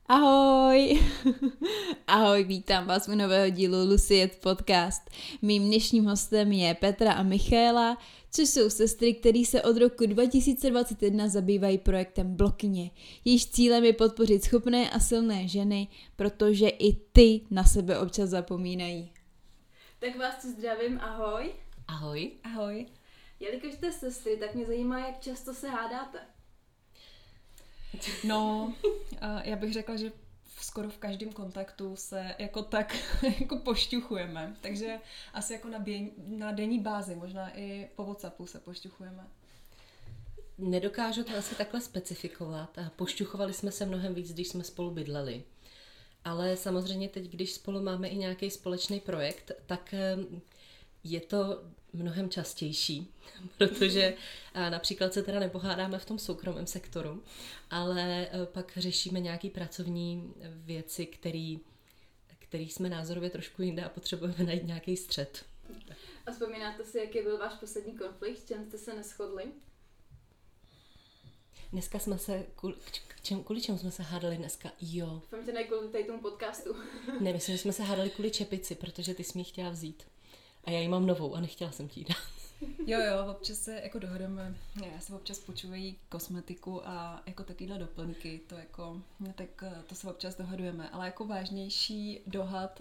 Ahoj! Ahoj, vítám vás u nového dílu Luciet Podcast. Mým dnešním hostem je Petra a Michaela, což jsou sestry, které se od roku 2021 zabývají projektem Blokyně. Jejíž cílem je podpořit schopné a silné ženy, protože i ty na sebe občas zapomínají. Tak vás tu zdravím, ahoj. Ahoj. Ahoj. Jelikož jste sestry, tak mě zajímá, jak často se hádáte. No, já bych řekla, že skoro v každém kontaktu se jako tak jako pošťuchujeme, takže asi jako na denní bázi, možná i po WhatsAppu se pošťuchujeme. Nedokážu to asi takhle specifikovat a pošťuchovali jsme se mnohem víc, když jsme spolu bydleli. Ale samozřejmě teď, když spolu máme i nějaký společný projekt, tak je to mnohem častější, protože například se teda nepohádáme v tom soukromém sektoru, ale pak řešíme nějaké pracovní věci, který jsme názorově trošku jinde a potřebujeme najít nějaký střed. A vzpomínáte si, jaký byl váš poslední konflikt, s čem jste se neshodli? Dneska jsme se, kvůli čemu jsme se hádali dneska? Jo. Doufám, že ne kvůli tady tomu podcastu. Ne, myslím, že jsme se hádali kvůli čepici, protože ty jsi mi chtěla vzít. A já ji mám novou a nechtěla jsem ti ji dát. Jo, občas se jako dohodeme, já se občas počuvají kosmetiku a jako takovýhle doplňky, to jako, tak to se občas dohadujeme, ale jako vážnější dohad,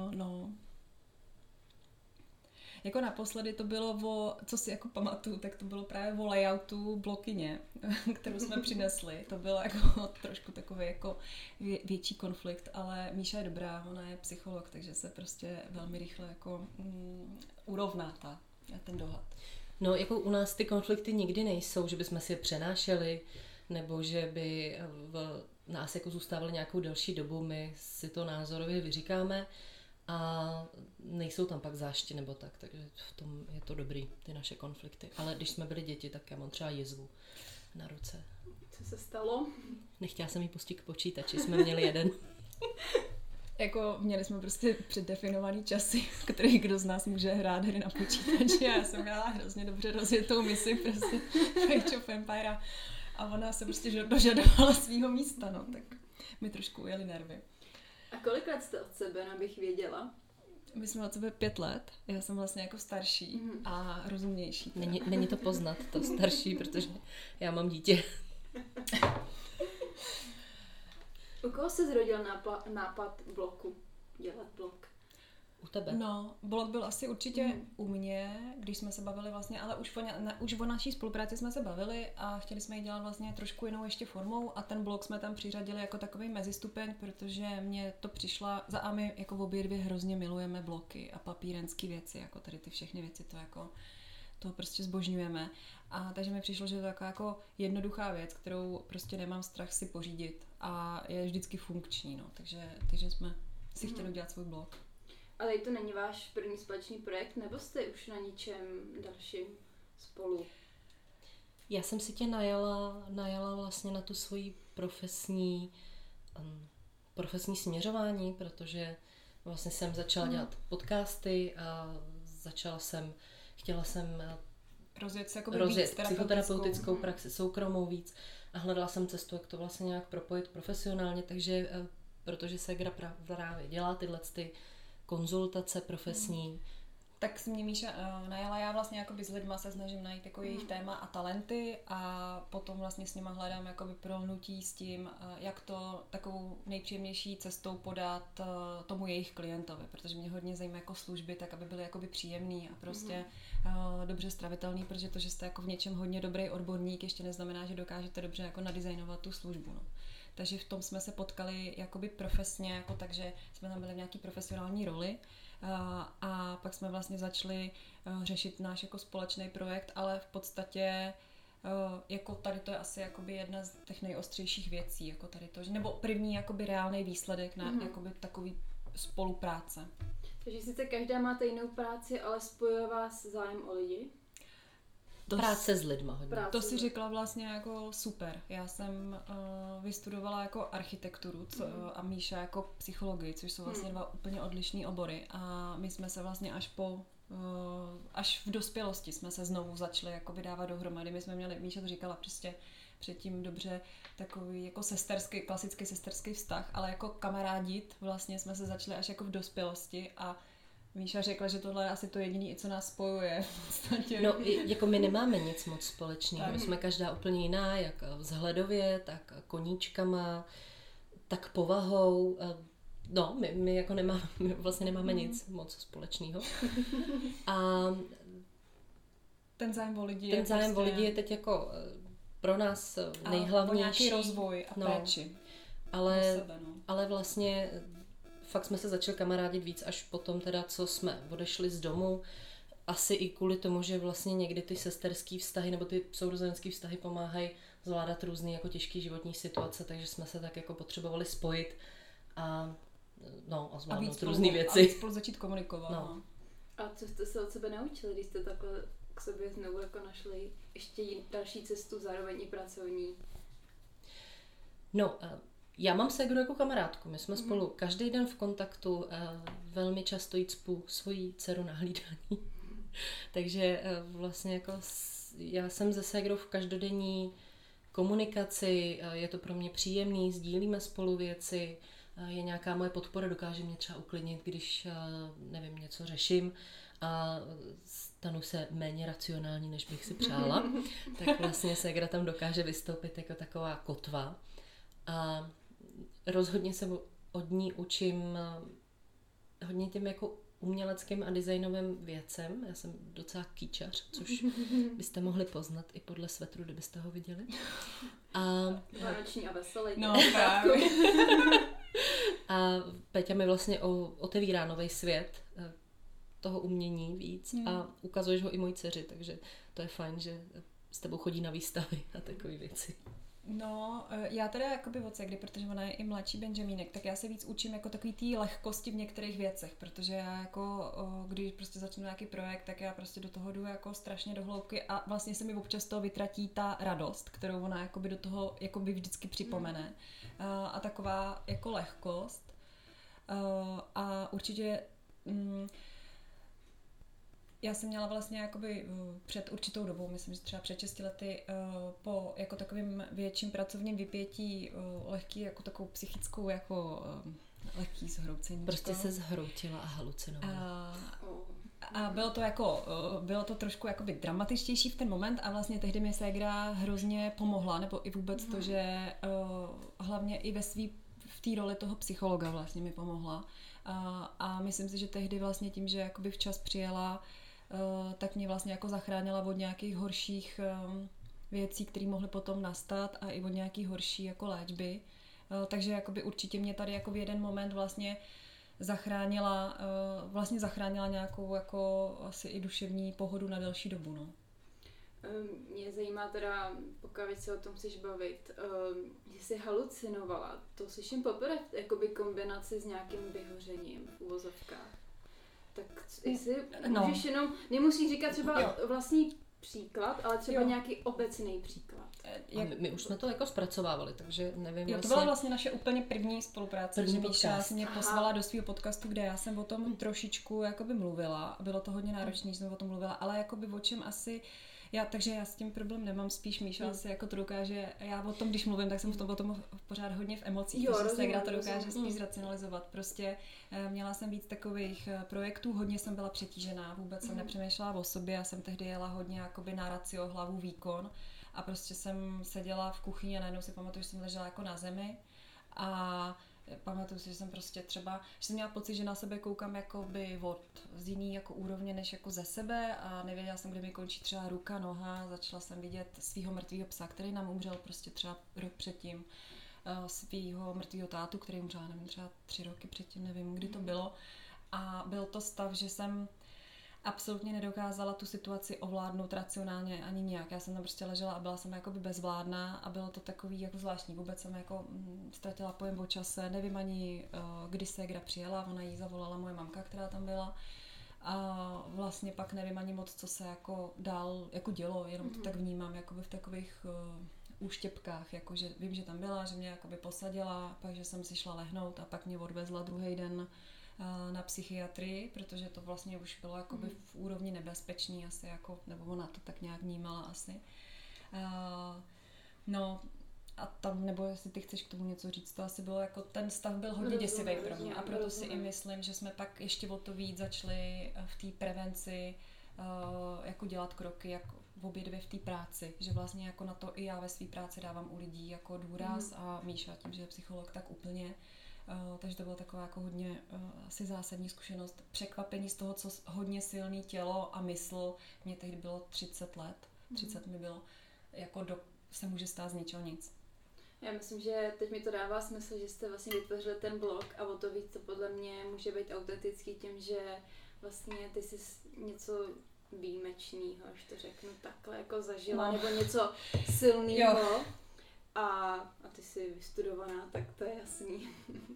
jako naposledy to bylo co si jako pamatuju, tak to bylo právě o layoutu Blokyně, kterou jsme přinesli. To bylo jako trošku takový jako větší konflikt, ale Míša je dobrá, ona je psycholog, takže se prostě velmi rychle jako urovná ten dohad. No, jako u nás ty konflikty nikdy nejsou, že bychom si je přenášeli, nebo že by v nás jako zůstávali nějakou delší dobu, my si to názorově vyříkáme a nejsou tam pak zášti nebo tak, takže v tom je to dobrý, ty naše konflikty. Ale když jsme byli děti, tak já mám třeba jizvu na ruce. Co se stalo? Nechtěla jsem jí pustit k počítači, jsme měli jeden. Jako měli jsme prostě předdefinovaný časy, který kdo z nás může hrát hry na počítači. Já jsem měla hrozně dobře rozjetou misi prostě Age of Empire a ona se prostě dožadovala svýho místa, no, tak mi trošku ujeli nervy. A kolik let jste od sebe, abych věděla? My jsme od sebe 5 let, já jsem vlastně jako starší a rozumnější. Není to poznat, to starší, protože já mám dítě. U koho se zrodil nápad bloku, dělat blok? U tebe? No, blok byl asi určitě u mě, když jsme se bavili vlastně, ale už o naší spolupráci jsme se bavili a chtěli jsme ji dělat vlastně trošku jinou ještě formou a ten blok jsme tam přiřadili jako takový mezistupeň, protože mně to přišla, a my jako obě dvě hrozně milujeme bloky a papírenské věci, jako tady ty všechny věci, to prostě zbožňujeme. A takže mi přišlo, že to je taková jako jednoduchá věc, kterou prostě nemám strach si pořídit a je vždycky funkční, no. Takže jsme si chtěli udělat svůj blog. Ale to není váš první společný projekt, nebo jste už na něčem dalším spolu? Já jsem si tě najala vlastně na tu svoji profesní směřování, protože vlastně jsem začala dělat podcasty a chtěla jsem rozjet psychoterapeutickou praxi soukromou víc a hledala jsem cestu, jak to vlastně nějak propojit profesionálně, takže protože ségra právě dělá tyhle konzultace profesní. Tak se mě Míša najala, já vlastně jakoby s lidma se snažím najít jako jejich téma a talenty a potom vlastně s nima hledám jakoby prolnutí s tím, jak to takovou nejpříjemnější cestou podat tomu jejich klientovi, protože mě hodně zajímá jako služby, tak aby byly jakoby příjemný a prostě dobře stravitelný, protože to, že jste jako v něčem hodně dobrý odborník, ještě neznamená, že dokážete dobře jako nadizajnovat tu službu, no. Takže v tom jsme se potkali jakoby profesně, jako takže jsme tam byli v nějaký profesionální roli a pak jsme vlastně začali řešit náš jako společný projekt, ale v podstatě jako tady to je asi jakoby jedna z těch nejostřejších věcí, jako tady to, nebo první jakoby reálný výsledek na jakoby takový spolupráce. Takže sice každá máte jinou práci, ale spojuje vás zájem o lidi? Práce s lidma hodně. To si řekla vlastně jako super. Já jsem vystudovala jako architekturu a Míša jako psychologii, což jsou vlastně dva úplně odlišný obory. A my jsme se vlastně až v dospělosti jsme se znovu začali jako vydávat dohromady. My jsme měli, Míša to říkala, prostě předtím dobře takový jako sesterský, klasický sesterský vztah, ale jako kamarádit vlastně jsme se začali až jako v dospělosti a Míša řekla, že tohle je asi to jediné, co nás spojuje v podstatě. No, jako my nemáme nic moc společného. My jsme každá úplně jiná, jak vzhledově, tak koníčkama, tak povahou. No, my jako my vlastně nemáme nic moc společného. A ten zájem o lidi je teď jako pro nás nejhlavnější. A nějaký rozvoj a péči. Ale vlastně fakt jsme se začali kamarádit víc až potom teda, co jsme odešli z domu. Asi i kvůli tomu, že vlastně někdy ty sesterský vztahy nebo ty sourozenecký vztahy pomáhají zvládat různé jako těžké životní situace, takže jsme se tak jako potřebovali spojit a zvládnout různé věci. A víc spolu začít komunikovat. No. A co jste se od sebe naučili, když jste takhle k sobě znovu jako našli ještě další cestu, zároveň i pracovní? No, já mám ségru jako kamarádku, my jsme spolu každý den v kontaktu, velmi často jí cpu svoji dceru na hlídání. Takže vlastně jako já jsem se ségrou v každodenní komunikaci, je to pro mě příjemný, sdílíme spolu věci, je nějaká moje podpora, dokáže mě třeba uklidnit, když, nevím, něco řeším a stanu se méně racionální, než bych si přála, tak vlastně ségra tam dokáže vystoupit jako taková kotva. A rozhodně se od ní učím hodně těm jako uměleckým a designovým věcem. Já jsem docela kýčař, což byste mohli poznat i podle svetru, kdybyste ho viděli. Vánoční a veselý. No, právě. A Peťa mi vlastně otevírá nový svět toho umění víc a ukazuješ ho i mojí dceři, takže to je fajn, že s tebou chodí na výstavy a takové věci. No, já teda jakoby od Segry, protože ona je i mladší Benjamínek, tak já se víc učím jako takový té lehkosti v některých věcech, protože já jako, když prostě začnu nějaký projekt, tak já prostě do toho jdu jako strašně do hloubky a vlastně se mi občas toho vytratí ta radost, kterou ona jakoby do toho jakoby vždycky připomene. A taková jako lehkost. A určitě já jsem měla vlastně jakoby před určitou dobou, myslím, že třeba před 6 lety, po jako takovým větším pracovním vypětí lehký, jako takovou psychickou, jako lehký zhroucení. Prostě se zhroutila a halucinovala. A bylo to trošku jakoby dramatičtější v ten moment a vlastně tehdy mi ségra hrozně pomohla, nebo i vůbec to, že hlavně i v té roli toho psychologa vlastně mi pomohla. A myslím si, že tehdy vlastně tím, že jakoby včas přijela, tak mě vlastně jako zachránila od nějakých horších věcí, které mohly potom nastat a i od nějakých horší jako léčby. Takže jakoby určitě mě tady jako v jeden moment vlastně zachránila nějakou jako asi i duševní pohodu na delší dobu. No. Mě zajímá teda, pokud se o tom chceš bavit, že jsi halucinovala. To slyším poprvé, jakoby kombinaci s nějakým vyhořením v uvozovkách. Tak jestli můžeš jenom, nemusíš říkat třeba vlastní příklad, ale třeba nějaký obecný příklad. My už jsme to jako zpracovávali, takže nevím. To byla vlastně naše úplně první spolupráce, že Míša mě pozvala do svého podcastu, kde já jsem o tom trošičku jakoby mluvila. Bylo to hodně náročné, že jsem o tom mluvila, ale jakoby o čem asi... Takže já s tím problém nemám, spíš Míša asi jako to dokáže, já o tom, když mluvím, tak jsem o tom pořád hodně v emocích, protože ségra to dokáže spíš zracionalizovat. Prostě měla jsem víc takových projektů, hodně jsem byla přetížená, vůbec jsem nepřemýšlela o sobě, já jsem tehdy jela hodně jakoby na racio, hlavu, výkon a prostě jsem seděla v kuchyni a najednou si pamatuju, že jsem ležela jako na zemi a pamatuju si, že jsem prostě třeba, že jsem měla pocit, že na sebe koukám jakoby z jiný jako úrovně než jako ze sebe a nevěděla jsem, kde mi končí třeba ruka, noha, začala jsem vidět svýho mrtvýho psa, který nám umřel prostě třeba rok předtím, svýho mrtvýho tátu, který umřel, nevím, třeba 3 roky předtím, nevím, kdy to bylo a byl to stav, že jsem absolutně nedokázala tu situaci ovládnout racionálně ani nějak. Já jsem tam prostě ležela a byla jsem jakoby bezvládná a bylo to takový jako zvláštní. Vůbec jsem jako ztratila pojem o čase, nevím ani, kdy ségra přijela, ona jí zavolala moje mamka, která tam byla. A vlastně pak nevím ani moc, co se jako dál jako dělo, jenom to tak vnímám jakoby v takových úštěpkách, jakože vím, že tam byla, že mě jakoby posadila, pak že jsem si šla lehnout a pak mě odvezla druhý den na psychiatrii, protože to vlastně už bylo jakoby v úrovni nebezpečný asi, jako, nebo ona to tak nějak vnímala asi. No a tam, nebo jestli ty chceš k tomu něco říct, to asi bylo jako, ten stav byl hodně děsivý pro mě a proto si i myslím, že jsme pak ještě o to víc začali v té prevenci jako dělat kroky, jako obě dvě v té práci, že vlastně jako na to i já ve své práci dávám u lidí jako důraz a Míša tím, že je psycholog, tak úplně. Takže to byla taková jako hodně asi zásadní zkušenost. Překvapení z toho, co hodně silný tělo a mysl, mě tehdy bylo 30 let, 30 mi bylo, jako se může stát z ničeho nic. Já myslím, že teď mi to dává smysl, že jste vlastně vytvořili ten blog a o to víc to podle mě může být autentický tím, že vlastně ty jsi něco výjimečného, až to řeknu takhle, jako zažila, nebo něco silného a ty jsi vystudovaná, tak to je jasný.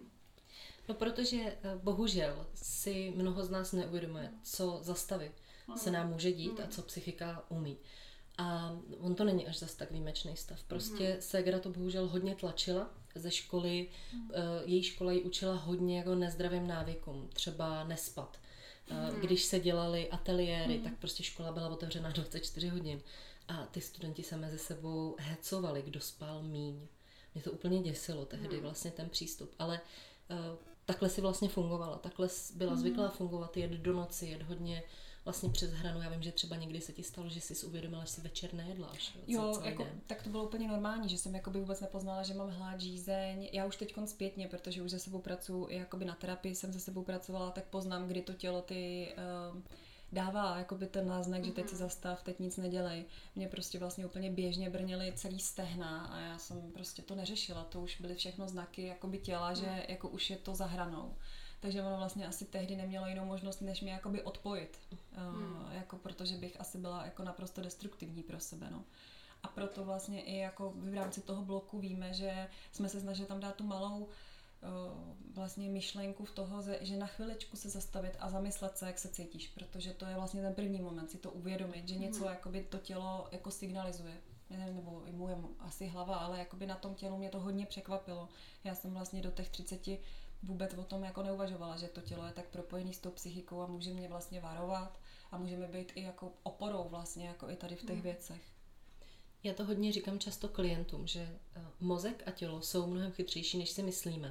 No protože bohužel si mnoho z nás neuvědomuje, co za stavy se nám může dít a co psychika umí. A on to není až zas tak výjimečný stav. Prostě ségra to bohužel hodně tlačila ze školy. Její škola ji učila hodně jako nezdravým návykům, třeba nespat. Když se dělaly ateliéry, tak prostě škola byla otevřená 24 hodin. A ty studenti se mezi sebou hecovali, kdo spal míň. Mě to úplně děsilo tehdy vlastně ten přístup. Ale takhle si vlastně fungovala. Takhle byla zvyklá fungovat, jet do noci, jet hodně vlastně přes hranu. Já vím, že třeba někdy se ti stalo, že jsi uvědomila, že si večer nejedláš. Jo, jako, tak to bylo úplně normální, že jsem jakoby vůbec nepoznala, že mám hlad, žízeň. Já už teďkon zpětně, protože už se sebou pracuji, jakoby na terapii jsem se sebou pracovala, tak poznám, kdy to tělo ty dává jakoby ten náznak, že teď si zastav, teď nic nedělej. Mě prostě vlastně úplně běžně brněly celý stehna a já jsem prostě to neřešila. To už byly všechno znaky jakoby těla, že jako už je to za hranou. Takže ono vlastně asi tehdy nemělo jinou možnost, než mě jakoby odpojit. Jako protože bych asi byla jako naprosto destruktivní pro sebe, no. A proto vlastně i jako v rámci toho bloku víme, že jsme se snažili tam dát tu malou vlastně myšlenku v toho, že na chviličku se zastavit a zamyslet se, jak se cítíš, protože to je vlastně ten první moment, si to uvědomit, že něco jakoby to tělo jako signalizuje. Nebo i moje asi hlava, ale jakoby na tom tělu mě to hodně překvapilo. Já jsem vlastně do těch 30 vůbec o tom jako neuvažovala, že to tělo je tak propojené s tou psychikou a může mě vlastně varovat a můžeme být i jako oporou vlastně jako i tady v těch věcech. Já to hodně říkám často klientům, že mozek a tělo jsou mnohem chytřejší, než si myslíme.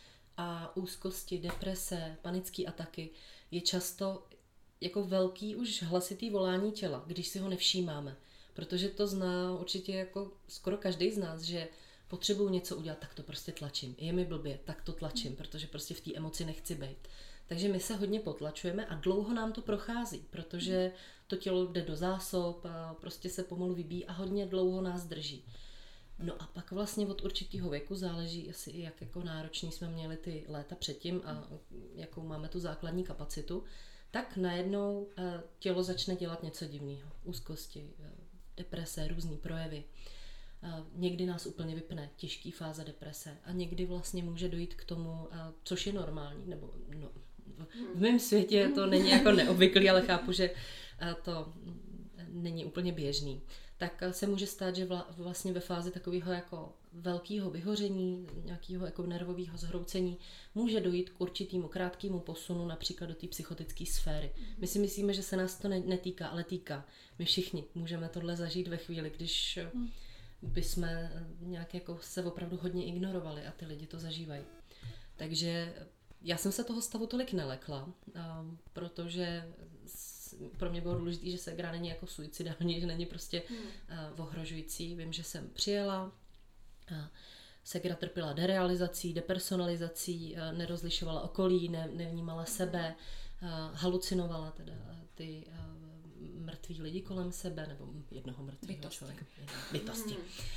A úzkosti, deprese, panické ataky je často jako velký už hlasitý volání těla, když si ho nevšímáme. Protože to zná určitě jako skoro každý z nás, že potřebuju něco udělat, tak to prostě tlačím. Je mi blbě, tak to tlačím, protože prostě v té emoci nechci být. Takže my se hodně potlačujeme a dlouho nám to prochází, protože to tělo jde do zásob a prostě se pomalu vybíjí a hodně dlouho nás drží. No a pak vlastně od určitého věku záleží asi i jak jako náročný jsme měli ty léta předtím a jakou máme tu základní kapacitu, tak najednou tělo začne dělat něco divného. Úzkosti, deprese, různý projevy. Někdy nás úplně vypne těžký fáze deprese a někdy vlastně může dojít k tomu, což je normální, nebo no, v mém světě to není jako neobvyklý, ale chápu, že to není úplně běžný. Tak se může stát, že vlastně ve fázi takového jako velkého vyhoření, nějakého jako nervového zhroucení může dojít k určitému krátkému posunu například do té psychotické sféry. My si myslíme, že se nás to netýká, ale týká. My všichni můžeme tohle zažít ve chvíli, když bychom nějak jako se opravdu hodně ignorovali a ty lidi to zažívají. Takže já jsem se toho stavu tolik nelekla, protože pro mě bylo důležité, že ségra není jako suicidální, že není prostě ohrožující. Vím, že jsem přijela, ségra trpěla derealizací, depersonalizací, nerozlišovala okolí, nevnímala sebe, halucinovala teda ty mrtví lidi kolem sebe, nebo jednoho mrtvého člověka. Bytosti.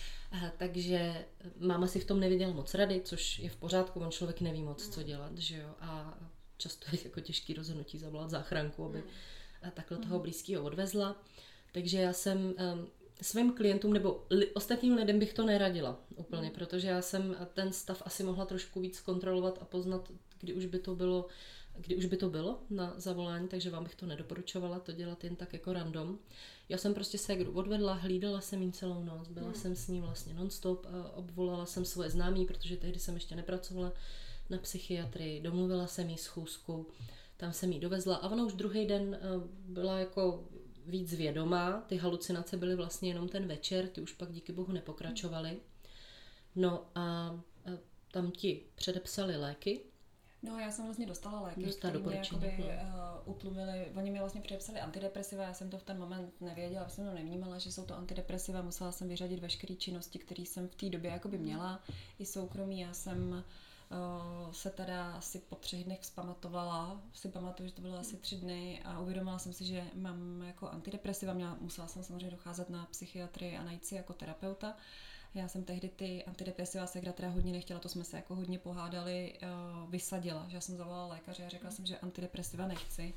Takže máma si v tom neviděla moc rady, což je v pořádku, on člověk neví moc, co dělat, že jo, a často je jako těžký rozhodnutí zavolat záchranku, aby takhle toho blízkého odvezla. Takže já jsem svým klientům nebo ostatním lidem bych to neradila úplně, protože já jsem ten stav asi mohla trošku víc kontrolovat a poznat, kdy už by to bylo na zavolání, takže vám bych to nedoporučovala to dělat jen tak jako random. Já jsem prostě ségru odvedla, hlídala jsem jí celou noc, byla jsem s ní vlastně non-stop, obvolala jsem svoje známí, protože tehdy jsem ještě nepracovala na psychiatrii, domluvila jsem jí schůzku, tam jsem jí dovezla a ona už druhý den byla jako víc vědomá. Ty halucinace byly vlastně jenom ten večer, ty už pak díky bohu nepokračovaly. No a tam ti předepsali léky. No, já jsem vlastně dostala léky, které mě jakoby utlumily. Oni mi vlastně předepsali antidepresiva, já jsem to v ten moment nevěděla, jsem to nevnímala, že jsou to antidepresiva, musela jsem vyřadit veškeré činnosti, které jsem v té době jakoby měla, i soukromí. Já jsem se teda asi po 3 dnech vzpamatovala, si pamatuju, že to bylo asi 3 dny a uvědomila jsem si, že mám jako antidepresiva, musela jsem samozřejmě docházet na psychiatrii a najít si jako terapeuta. Já jsem tehdy ty antidepresiva, segra teda hodně nechtěla, to jsme se jako hodně pohádali, vysadila, že já jsem zavolala lékaře a řekla jsem, že antidepresiva nechci.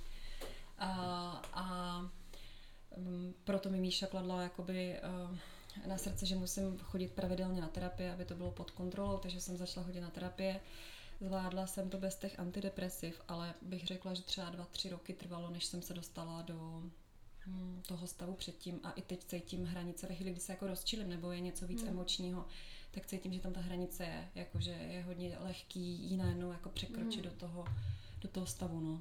A proto mi Míša kladla jakoby na srdce, že musím chodit pravidelně na terapii, aby to bylo pod kontrolou, takže jsem začala chodit na terapie. Zvládla jsem to bez těch antidepresiv, ale bych řekla, že třeba 2-3 roky trvalo, než jsem se dostala do toho stavu předtím a i teď cítím hranice ve chvíli, kdy se jako rozčilím nebo je něco víc emočního, tak cítím, že tam ta hranice je, jakože je hodně lehký ji najednou jako překročit do toho stavu, no.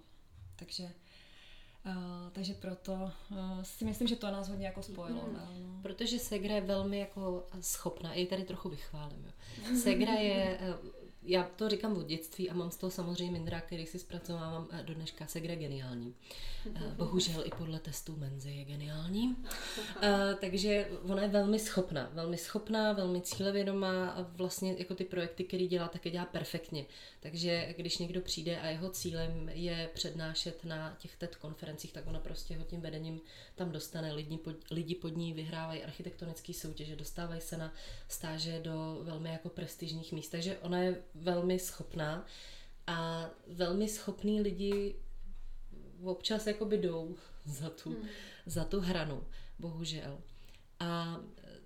Takže proto si myslím, že to nás hodně jako spojilo. No. Protože Segra je velmi jako schopná, i tady trochu vychválím. Jo. Segra je, já to říkám od dětství a mám z toho samozřejmě mindrák, který si zpracovávám do dneška. Segra je geniální. Bohužel i podle testů Menzy je geniální. Takže ona je velmi schopná, velmi cílevědomá a vlastně jako ty projekty, které dělá, tak je dělá perfektně. Takže když někdo přijde a jeho cílem je přednášet na těch TED konferencích, tak ona prostě ho tím vedením tam dostane. Lidi pod ní vyhrávají architektonické soutěže, dostávají se na stáže do velmi jako prestižních míst. Takže ona je velmi schopná a velmi schopní lidi občas jakoby jdou za tu hranu, bohužel. A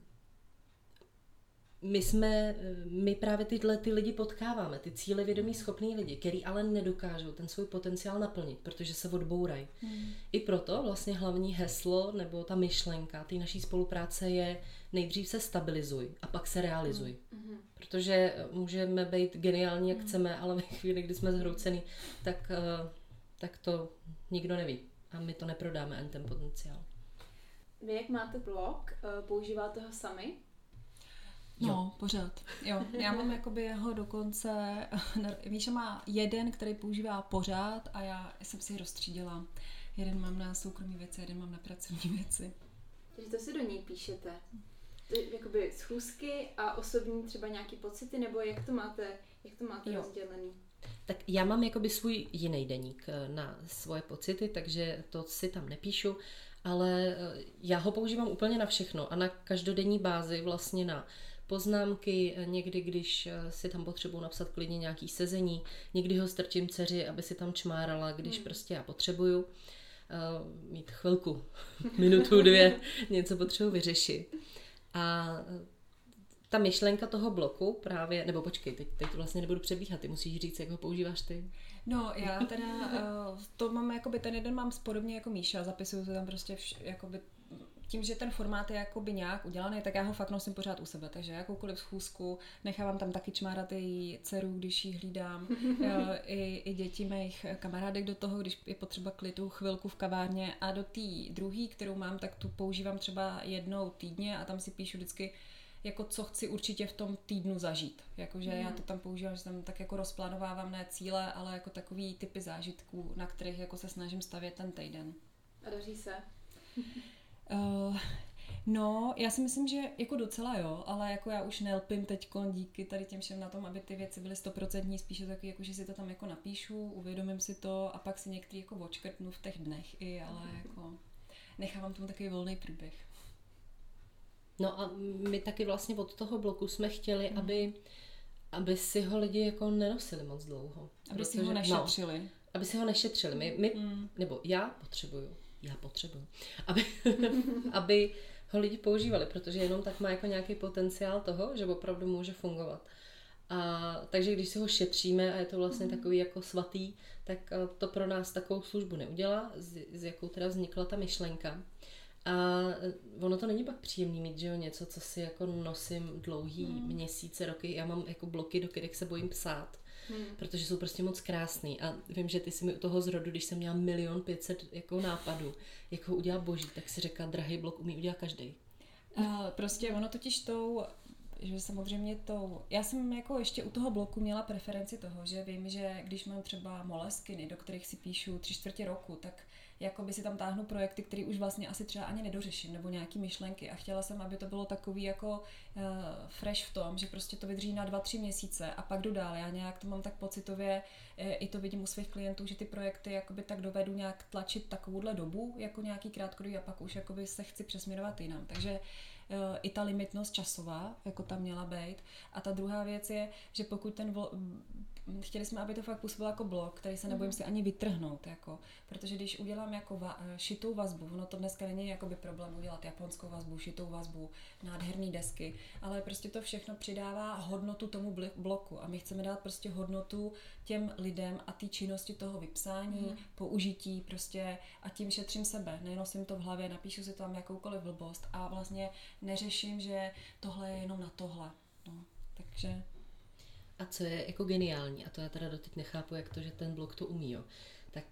my právě ty lidi potkáváme, ty cílevědomí schopný lidi, který ale nedokážou ten svůj potenciál naplnit, protože se odbourají. I proto vlastně hlavní heslo nebo ta myšlenka té naší spolupráce je nejdřív se stabilizuj a pak se realizuj. Protože můžeme být geniální, jak chceme, ale ve chvíli, kdy jsme zhroucený, tak to nikdo neví. A my to neprodáme ani ten potenciál. Vy jak máte blog, používáte ho sami? No, pořád. Jo, já mám jakoby jeho dokonce, Míša má jeden, který používá pořád a já jsem si je rozstřídila. Jeden mám na soukromí věci, jeden mám na pracovní věci. Takže to si do něj píšete? Jakoby schůzky a osobní třeba nějaký pocity, nebo jak to máte rozdělený? Tak já mám jakoby svůj jiný deník na svoje pocity, takže to si tam nepíšu, ale já ho používám úplně na všechno a na každodenní bázi vlastně na poznámky, někdy, když si tam potřebuji napsat klidně nějaký sezení, někdy ho strčím dceři, aby si tam čmárala, když prostě já potřebuju mít chvilku, minutu, 2, něco potřebuji vyřešit. A ta myšlenka toho bloku právě, nebo počkej, teď vlastně nebudu přebíhat, ty musíš říct, jak ho používáš ty. No, já teda to mám, jakoby ten jeden mám podobně jako Míša, zapisuju to tam prostě jakoby tím, že ten formát je jakoby nějak udělaný, tak já ho fakt nosím pořád u sebe, takže jakoukoliv schůzku, nechávám tam taky čmárat její dceru, když ji hlídám, i děti mých kamarádek do toho, když je potřeba klidu chvilku v kavárně a do té druhé, kterou mám, tak tu používám třeba jednou týdně a tam si píšu vždycky jako co chci určitě v tom týdnu zažít. Jakože já to tam používám, že tam tak jako rozplánovávám ne cíle, ale jako takový typy zážitků, na kterých jako se snažím stavět ten týden. A daří se? No, já si myslím, že jako docela jo, ale jako já už nelpím teďkon díky tady těm všem na tom, aby ty věci byly 100%, spíše taky jako, že si to tam jako napíšu, uvědomím si to a pak si některý jako odškrtnu v těch dnech i, ale jako nechávám tomu takový volný průběh. No a my taky vlastně od toho bloku jsme chtěli, aby si ho lidi jako nenosili moc dlouho. Aby si ho nešetřili. No, aby si ho nešetřili. Nebo já potřebuju, aby ho lidi používali, protože jenom tak má jako nějaký potenciál toho, že opravdu může fungovat. A takže když si ho šetříme a je to vlastně takový jako svatý, tak to pro nás takovou službu neudělá, z jakou teda vznikla ta myšlenka. A ono to není pak příjemný mít, že jo, něco, co si jako nosím dlouhý měsíce, roky. Já mám jako bloky, do kterých se bojím psát, protože jsou prostě moc krásný a vím, že ty jsi mi u toho zrodu, když jsem měla 1 500 000 jako nápadů, jak ho udělat boží, tak si řekla, drahý blok umí udělat každý. Prostě ono totiž že samozřejmě já jsem jako ještě u toho bloku měla preferenci toho, že vím, že když mám třeba Moleskiny, do kterých si píšu 3/4 roku, tak jakoby si tam táhnu projekty, které už vlastně asi třeba ani nedořeším, nebo nějaký myšlenky a chtěla jsem, aby to bylo takový jako fresh v tom, že prostě to vydrží na 2-3 měsíce a pak jdu dál. Já nějak to mám tak pocitově, i to vidím u svých klientů, že ty projekty jakoby tak dovedu nějak tlačit takovouhle dobu, jako nějaký krátkodobý a pak už jakoby se chci přesměrovat jinam. Takže i ta limitnost časová, jako tam měla být. A ta druhá věc je, že pokud chtěli jsme, aby to fakt působilo jako blok, který se nebojím si ani vytrhnout, jako, protože když udělám jako šitou vazbu, ono to dneska není jakoby problém udělat japonskou vazbu, šitou vazbu, nádherný desky, ale prostě to všechno přidává hodnotu tomu bloku a my chceme dát prostě hodnotu těm lidem a té činnosti toho vypsání, použití prostě a tím šetřím sebe, nenosím to v hlavě, napíšu si tam jakoukoliv blbost a vlastně neřeším, že tohle je jenom na tohle. No, takže... A co je jako geniální, a to já teda doteď nechápu, jak to, že ten blok to umí, jo, tak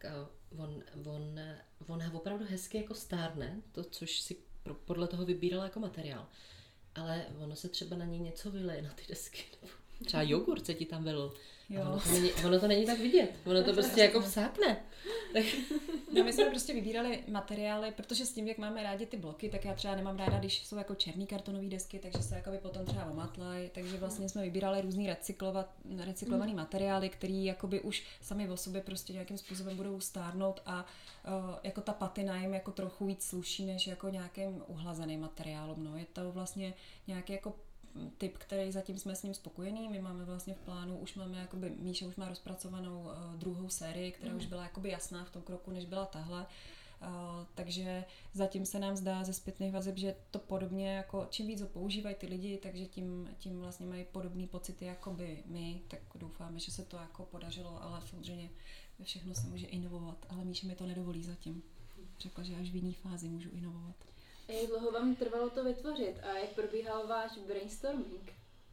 on opravdu hezky jako stárne, to, což si podle toho vybírala jako materiál, ale ono se třeba na něj něco vyleje na ty desky, třeba jogurt se ti tam vylil. Ono to není tak vidět, ono to prostě jako vsákne. No my jsme prostě vybírali materiály, protože s tím, jak máme rádi ty bloky, tak já třeba nemám ráda, když jsou jako černý kartonové desky, takže se jakoby potom třeba omatlají, takže vlastně jsme vybírali různý recyklovaný materiály, který jakoby už sami o sobě prostě nějakým způsobem budou stárnout a jako ta patina jim jako trochu víc sluší, než jako nějakým uhlazeným materiálům. No. Je to vlastně nějaký jako typ, který zatím jsme s ním spokojení. My máme vlastně v plánu, už máme jakoby, Míša už má rozpracovanou druhou sérii, která už byla jakoby jasná v tom kroku, než byla tahle. Takže zatím se nám zdá ze zpětných vazeb, že to podobně jako čím víc ho používají ty lidi, takže tím vlastně mají podobné pocity jako by my, tak doufáme, že se to jako podařilo, ale samozřejmě všechno se může inovovat, ale Míša mi to nedovolí zatím. Řekla, že až v jiný fázi můžu inovovat. A jak dlouho vám trvalo to vytvořit a jak probíhal váš brainstorming?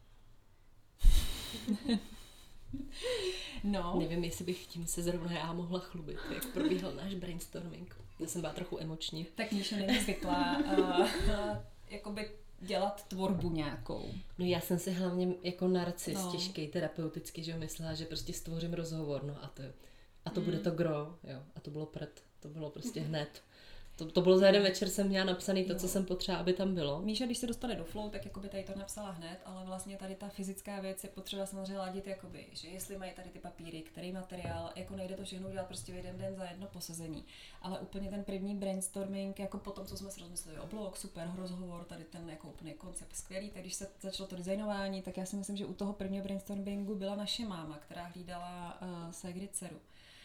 No. Nevím, jestli bych tím se zrovna já mohla chlubit, jak probíhal náš brainstorming. Já jsem byla trochu emoční. Tak Míša není zvyklá jakoby dělat tvorbu nějakou. No já jsem si hlavně jako narcis těžký, terapeuticky, že myslela, že prostě stvořím rozhovor, no a to bude to gro, jo, a to bylo to bylo prostě hned. To bylo za jeden večer, jsem měla napsaný to, co jsem potřeba, aby tam bylo. Míša, když se dostane do flow, tak jakoby tady to napsala hned, ale vlastně tady ta fyzická věc je potřeba samozřejmě ladit, jakoby, že jestli mají tady ty papíry, který materiál, jako nejde to všechno udělat prostě v jeden den za jedno posazení. Ale úplně ten první brainstorming, jako potom, co jsme si rozmysleli o blog, super rozhovor, tady ten jako úplný koncept skvělý, tak když se začalo to designování, tak já si myslím, že u toho prvního brainstormingu byla naše máma, která hlídala ségry dceru.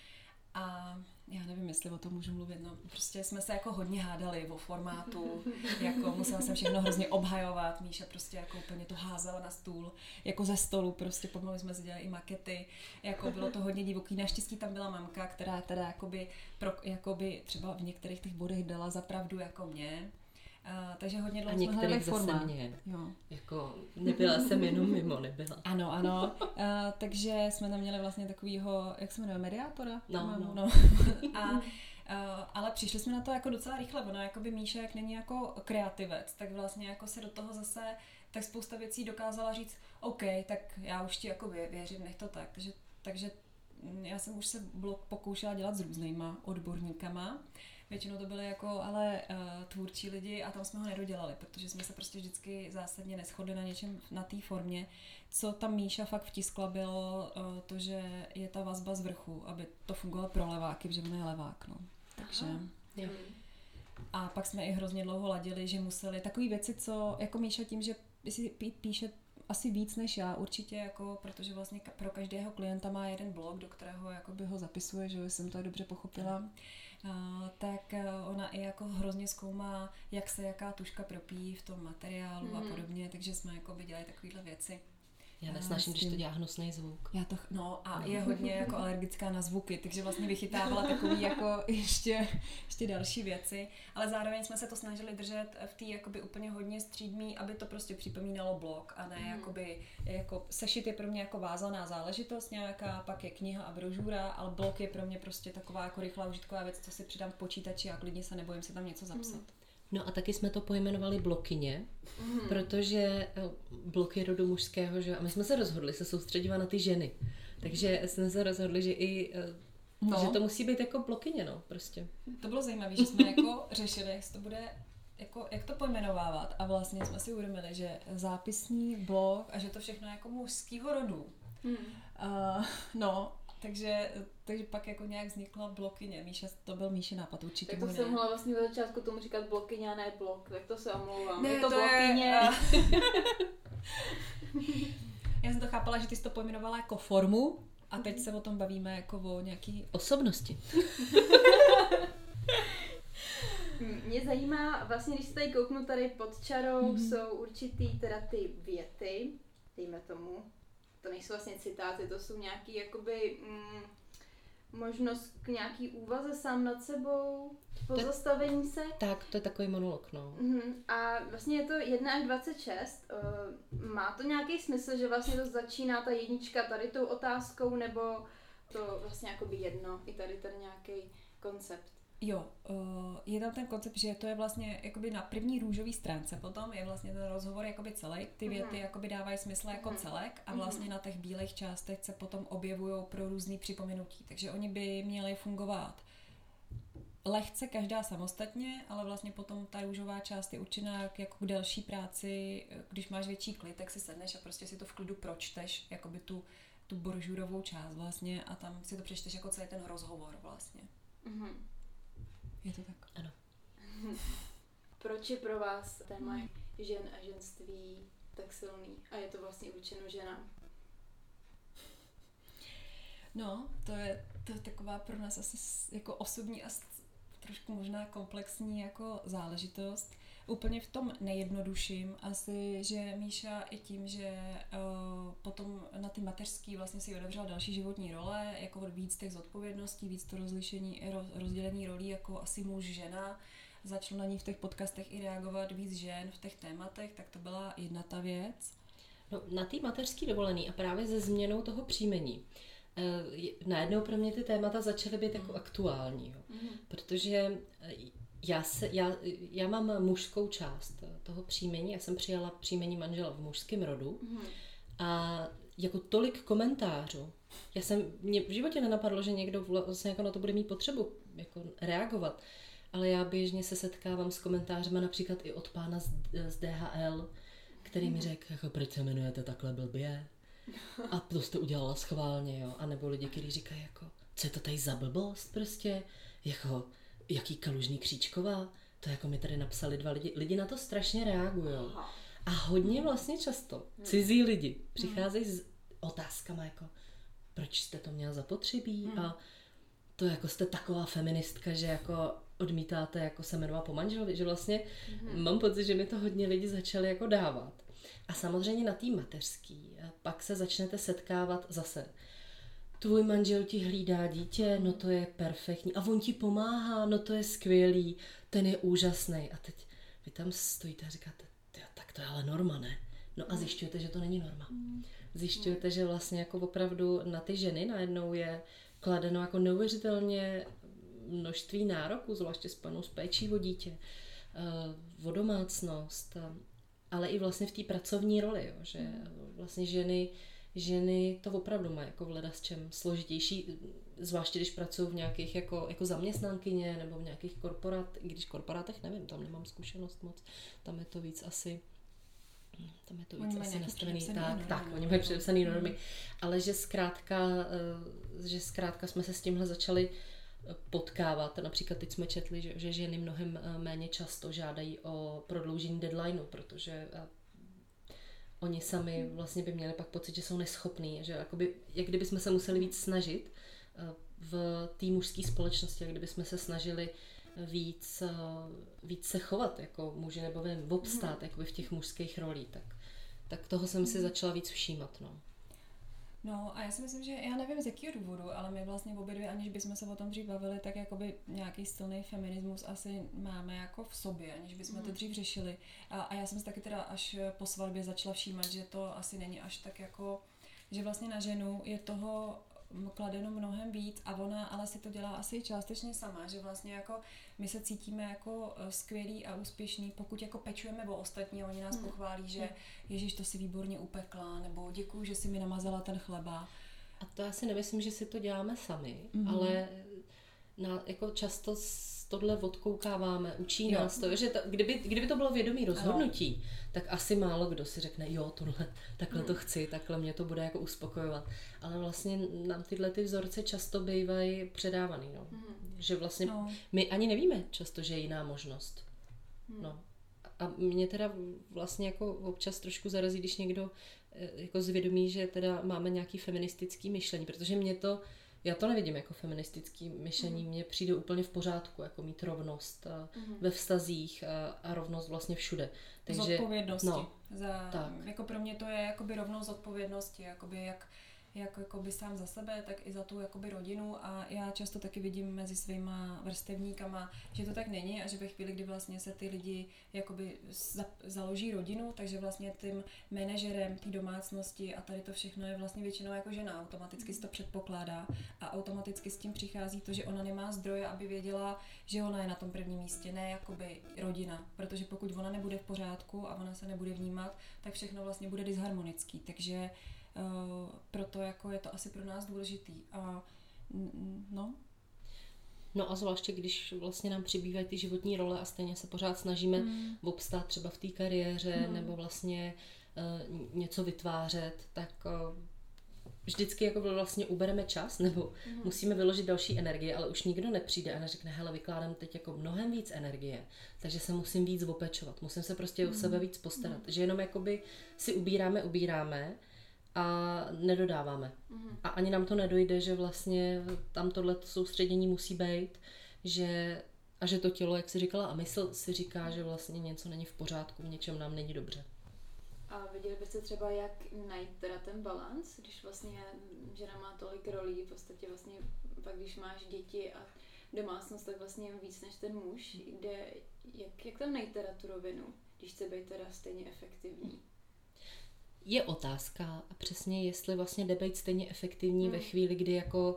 A já nevím, jestli o tom můžu mluvit, no prostě jsme se jako hodně hádali o formátu, jako musela jsem všechno hrozně obhajovat, Míša prostě jako úplně to házela na stůl, jako ze stolu, prostě pomalu jsme si dělali i makety, jako bylo to hodně divoký, naštěstí tam byla mamka, která teda jakoby třeba v některých těch bodech dala za pravdu jako mě. Takže hodně dlouho jsme hledali formát. Jako nebyla jsem jenom mimo, nebyla. Ano. Takže jsme tam měli vlastně takovýho, jak se jmenuje, mediátora? No. Ale přišli jsme na to jako docela rychle, ono jakoby Míša, jak není jako kreativec, tak vlastně jako se do toho zase tak spousta věcí dokázala říct, OK, tak já už ti jako věřím, nech to tak. Takže já jsem už se blog pokoušela dělat s různýma odborníkama. Většinou to byly jako ale tvůrčí lidi a tam jsme ho nedodělali, protože jsme se prostě vždycky zásadně neshodli na něčem, na té formě. Co tam Míša fakt vtiskla bylo to, že je ta vazba z vrchu, aby to fungovalo pro leváky, protože on je levák, no. Takže... A pak jsme i hrozně dlouho ladili, že museli takové věci, co jako Míša tím, že si píše asi víc než já určitě, jako, protože vlastně pro každého klienta má jeden blog, do kterého jakoby ho zapisuje, že jsem to dobře pochopila. Tak ona i jako hrozně zkoumá, jak se jaká tužka propíjí v tom materiálu a podobně, takže jsme jako dělali takovéhle věci. Já nesnáším, když to dělá hnusný zvuk. A je hodně jako alergická na zvuky, takže vlastně vychytávala takový jako ještě další věci, ale zároveň jsme se to snažili držet v té jakoby úplně hodně střídmý, aby to prostě připomínalo blog a ne jakoby, jako sešit je pro mě jako vázaná záležitost nějaká, pak je kniha a brožura, ale blog je pro mě prostě taková jako rychlá užitková věc, co si přidám k počítači a klidně se nebojím si tam něco zapsat. No a taky jsme to pojmenovali blokyně, protože blok je rodu mužského, že? A my jsme se rozhodli se soustředovat na ty ženy. Takže jsme se rozhodli, že i že to musí být jako blokyně, no, prostě. To bylo zajímavé, že jsme jako řešili, jak to bude, jako, jak to pojmenovávat a vlastně jsme si uvědomili, že zápisník, blog a že to všechno je jako mužskýho rodu. Takže pak jako nějak vznikla blokyně. To byl Míši nápad, určitě. Tak to jsem mohla vlastně na začátku tomu říkat blokyně a ne blok, tak to se omlouvám. Ne, je to blokyně. Já jsem to chápala, že ty jsi to pojmenovala jako formu a teď se o tom bavíme jako o nějaký osobnosti. Mě zajímá, vlastně když se tady kouknu tady pod čarou, jsou určitý teda ty věty, dejme tomu, to nejsou vlastně citáty, to jsou nějaký jakoby možnost k nějaký úvaze sám nad sebou, pozastavení se. Tak, to je takový monolog, no. A vlastně je to 1 až 26. Má to nějaký smysl, že vlastně to začíná ta jednička tady tou otázkou, nebo to vlastně jakoby jedno, i tady ten nějaký koncept? Jo, je tam ten koncept, že to je vlastně jakoby na první růžové stránce, potom je vlastně ten rozhovor jakoby celý, ty věty jakoby dávají smysl jako celek a vlastně na těch bílých částech se potom objevují pro různý připomenutí, takže oni by měli fungovat lehce každá samostatně, ale vlastně potom ta růžová část je určená jako k delší práci, když máš větší klid, tak si sedneš a prostě si to v klidu pročteš, jakoby tu brožurovou část vlastně a tam si to přečteš jako celý ten rozhovor vlastně. Je to tak? Ano. Proč je pro vás téma žen a ženství tak silný? A je to vlastně určeno ženám? No, to je taková pro nás asi jako osobní a trošku možná komplexní jako záležitost. Úplně v tom nejjednodušším asi, že Míša i tím, že potom na ty mateřský vlastně si otevřela další životní role, jako víc těch zodpovědností, víc to rozdělení rolí jako asi muž, žena, začalo na ní v těch podcastech i reagovat víc žen v těch tématech, tak to byla jedna ta věc. No, na té mateřský dovolený a právě se změnou toho příjmení. Najednou pro mě ty témata začaly být jako aktuální, jo. Protože já mám mužskou část toho příjmení, já jsem přijala příjmení manžela v mužském rodu a jako tolik komentářů, mě v životě nenapadlo, že někdo vlastně jako na to bude mít potřebu jako reagovat, ale já běžně se setkávám s komentářema například i od pána z DHL, který mi řekl, jako proč se jmenujete takhle blbě a to jste udělala schválně, jo, a nebo lidi, kteří říkají jako, co je to tady za blbost prostě, jako jaký Kalužný Kříčková, to jako mi tady napsali 2 lidi na to strašně reagují. A hodně vlastně často cizí lidi přicházejí s otázkama jako, proč jste to měla zapotřebí a to jako jste taková feministka, že jako odmítáte jako se jmenovat po manželovi, že vlastně mám pocit, že mi to hodně lidi začali jako dávat. A samozřejmě na té mateřský pak se začnete setkávat zase. Tvůj manžel ti hlídá dítě, no to je perfektní. A on ti pomáhá, no to je skvělý, ten je úžasný. A teď vy tam stojíte a říkáte, tak to je ale norma, ne? No a zjišťujete, že to není norma. Zjišťujete, že vlastně jako opravdu na ty ženy najednou je kladeno jako neuvěřitelně množství nároků, zvláště spojenou s péčí o dítě, o domácnost, ale i vlastně v té pracovní roli, jo, že vlastně ženy to opravdu mají jako v ledasčem složitější, zvláště když pracují v nějakých jako zaměstnankyně nebo v nějakých i když korporátech nevím, tam nemám zkušenost moc, tam je to víc asi nastavený, tak, oni mají předepsaný normy, ale že zkrátka jsme se s tímhle začali potkávat. Například teď jsme četli, že ženy mnohem méně často žádají o prodloužení deadlineu, protože oni sami vlastně by měli pak pocit, že jsou neschopní, že jakoby, jak kdyby jsme se museli víc snažit v té mužské společnosti, jak kdyby jsme se snažili víc se chovat jako muži nebo obstát jakoby v těch mužských rolích, Tak toho jsem si začala víc všímat, no. No a já si myslím, že já nevím z jakého důvodu, ale my vlastně obě dvě, aniž bychom se o tom dřív bavili, tak jakoby nějaký silný feminismus asi máme jako v sobě, aniž bychom to dřív řešili. A já jsem si taky teda až po svatbě začala všímat, že to asi není až tak jako, že vlastně na ženu je toho kladeno mnohem víc a ona ale si to dělá asi částečně sama, že vlastně jako my se cítíme jako skvělí a úspěšní, pokud jako pečujeme o ostatní a oni nás pochválí, že Ježiš, to si výborně upekla, nebo děkuju, že si mi namazala ten chleba. A to já si nemyslím, že si to děláme sami, ale jako často tohle odkoukáváme, učí nás to, že kdyby to bylo vědomý rozhodnutí, tak asi málo kdo si řekne, jo, tohle, takhle to chci, takhle mě to bude jako uspokojovat. Ale vlastně nám tyhle ty vzorce často bývají předávaný, no. Že vlastně my ani nevíme často, že je jiná možnost. No. A mě teda vlastně jako občas trošku zarazí, když někdo jako zvědomí, že teda máme nějaký feministický myšlení, protože já to nevidím jako feministický myšlení, mně přijde úplně v pořádku, jako mít rovnost ve vztazích a rovnost vlastně všude. Takže, zodpovědnosti. Jako pro mě to je jakoby rovnost zodpovědnosti, jakoby jak jakoby sám za sebe, tak i za tu jakoby rodinu a já často taky vidím mezi svýma vrstevníkama, že to tak není a že ve chvíli, kdy vlastně se ty lidi jakoby založí rodinu, takže vlastně tím manažerem té domácnosti a tady to všechno je vlastně většinou jako žena, automaticky si to předpokládá a automaticky s tím přichází to, že ona nemá zdroje, aby věděla, že ona je na tom prvním místě, ne jakoby rodina, protože pokud ona nebude v pořádku a ona se nebude vnímat, tak všechno vlastně bude disharmonický, takže proto jako je to asi pro nás důležitý. No a zvláště, když vlastně nám přibývají ty životní role a stejně se pořád snažíme obstát třeba v té kariéře nebo vlastně něco vytvářet, tak vždycky jako vlastně ubereme čas nebo musíme vyložit další energie, ale už nikdo nepřijde a neřekne, hele, vykládám teď jako mnohem víc energie, takže se musím víc opečovat, musím se prostě o sebe víc postarat, že jenom jakoby si ubíráme a nedodáváme. A ani nám to nedojde, že vlastně tam tohleto soustředění musí být, že to tělo, jak jsi říkala, a mysl si říká, že vlastně něco není v pořádku, v něčem nám není dobře. A viděli byste třeba, jak najít teda ten balans, když vlastně žena má tolik rolí, v podstatě vlastně pak když máš děti a domácnost, tak vlastně víc než ten muž, jak tam najít teda tu rovinu, když chce být teda stejně efektivní? Je otázka a přesně jestli vlastně jde být stejně efektivní ve chvíli, kdy jako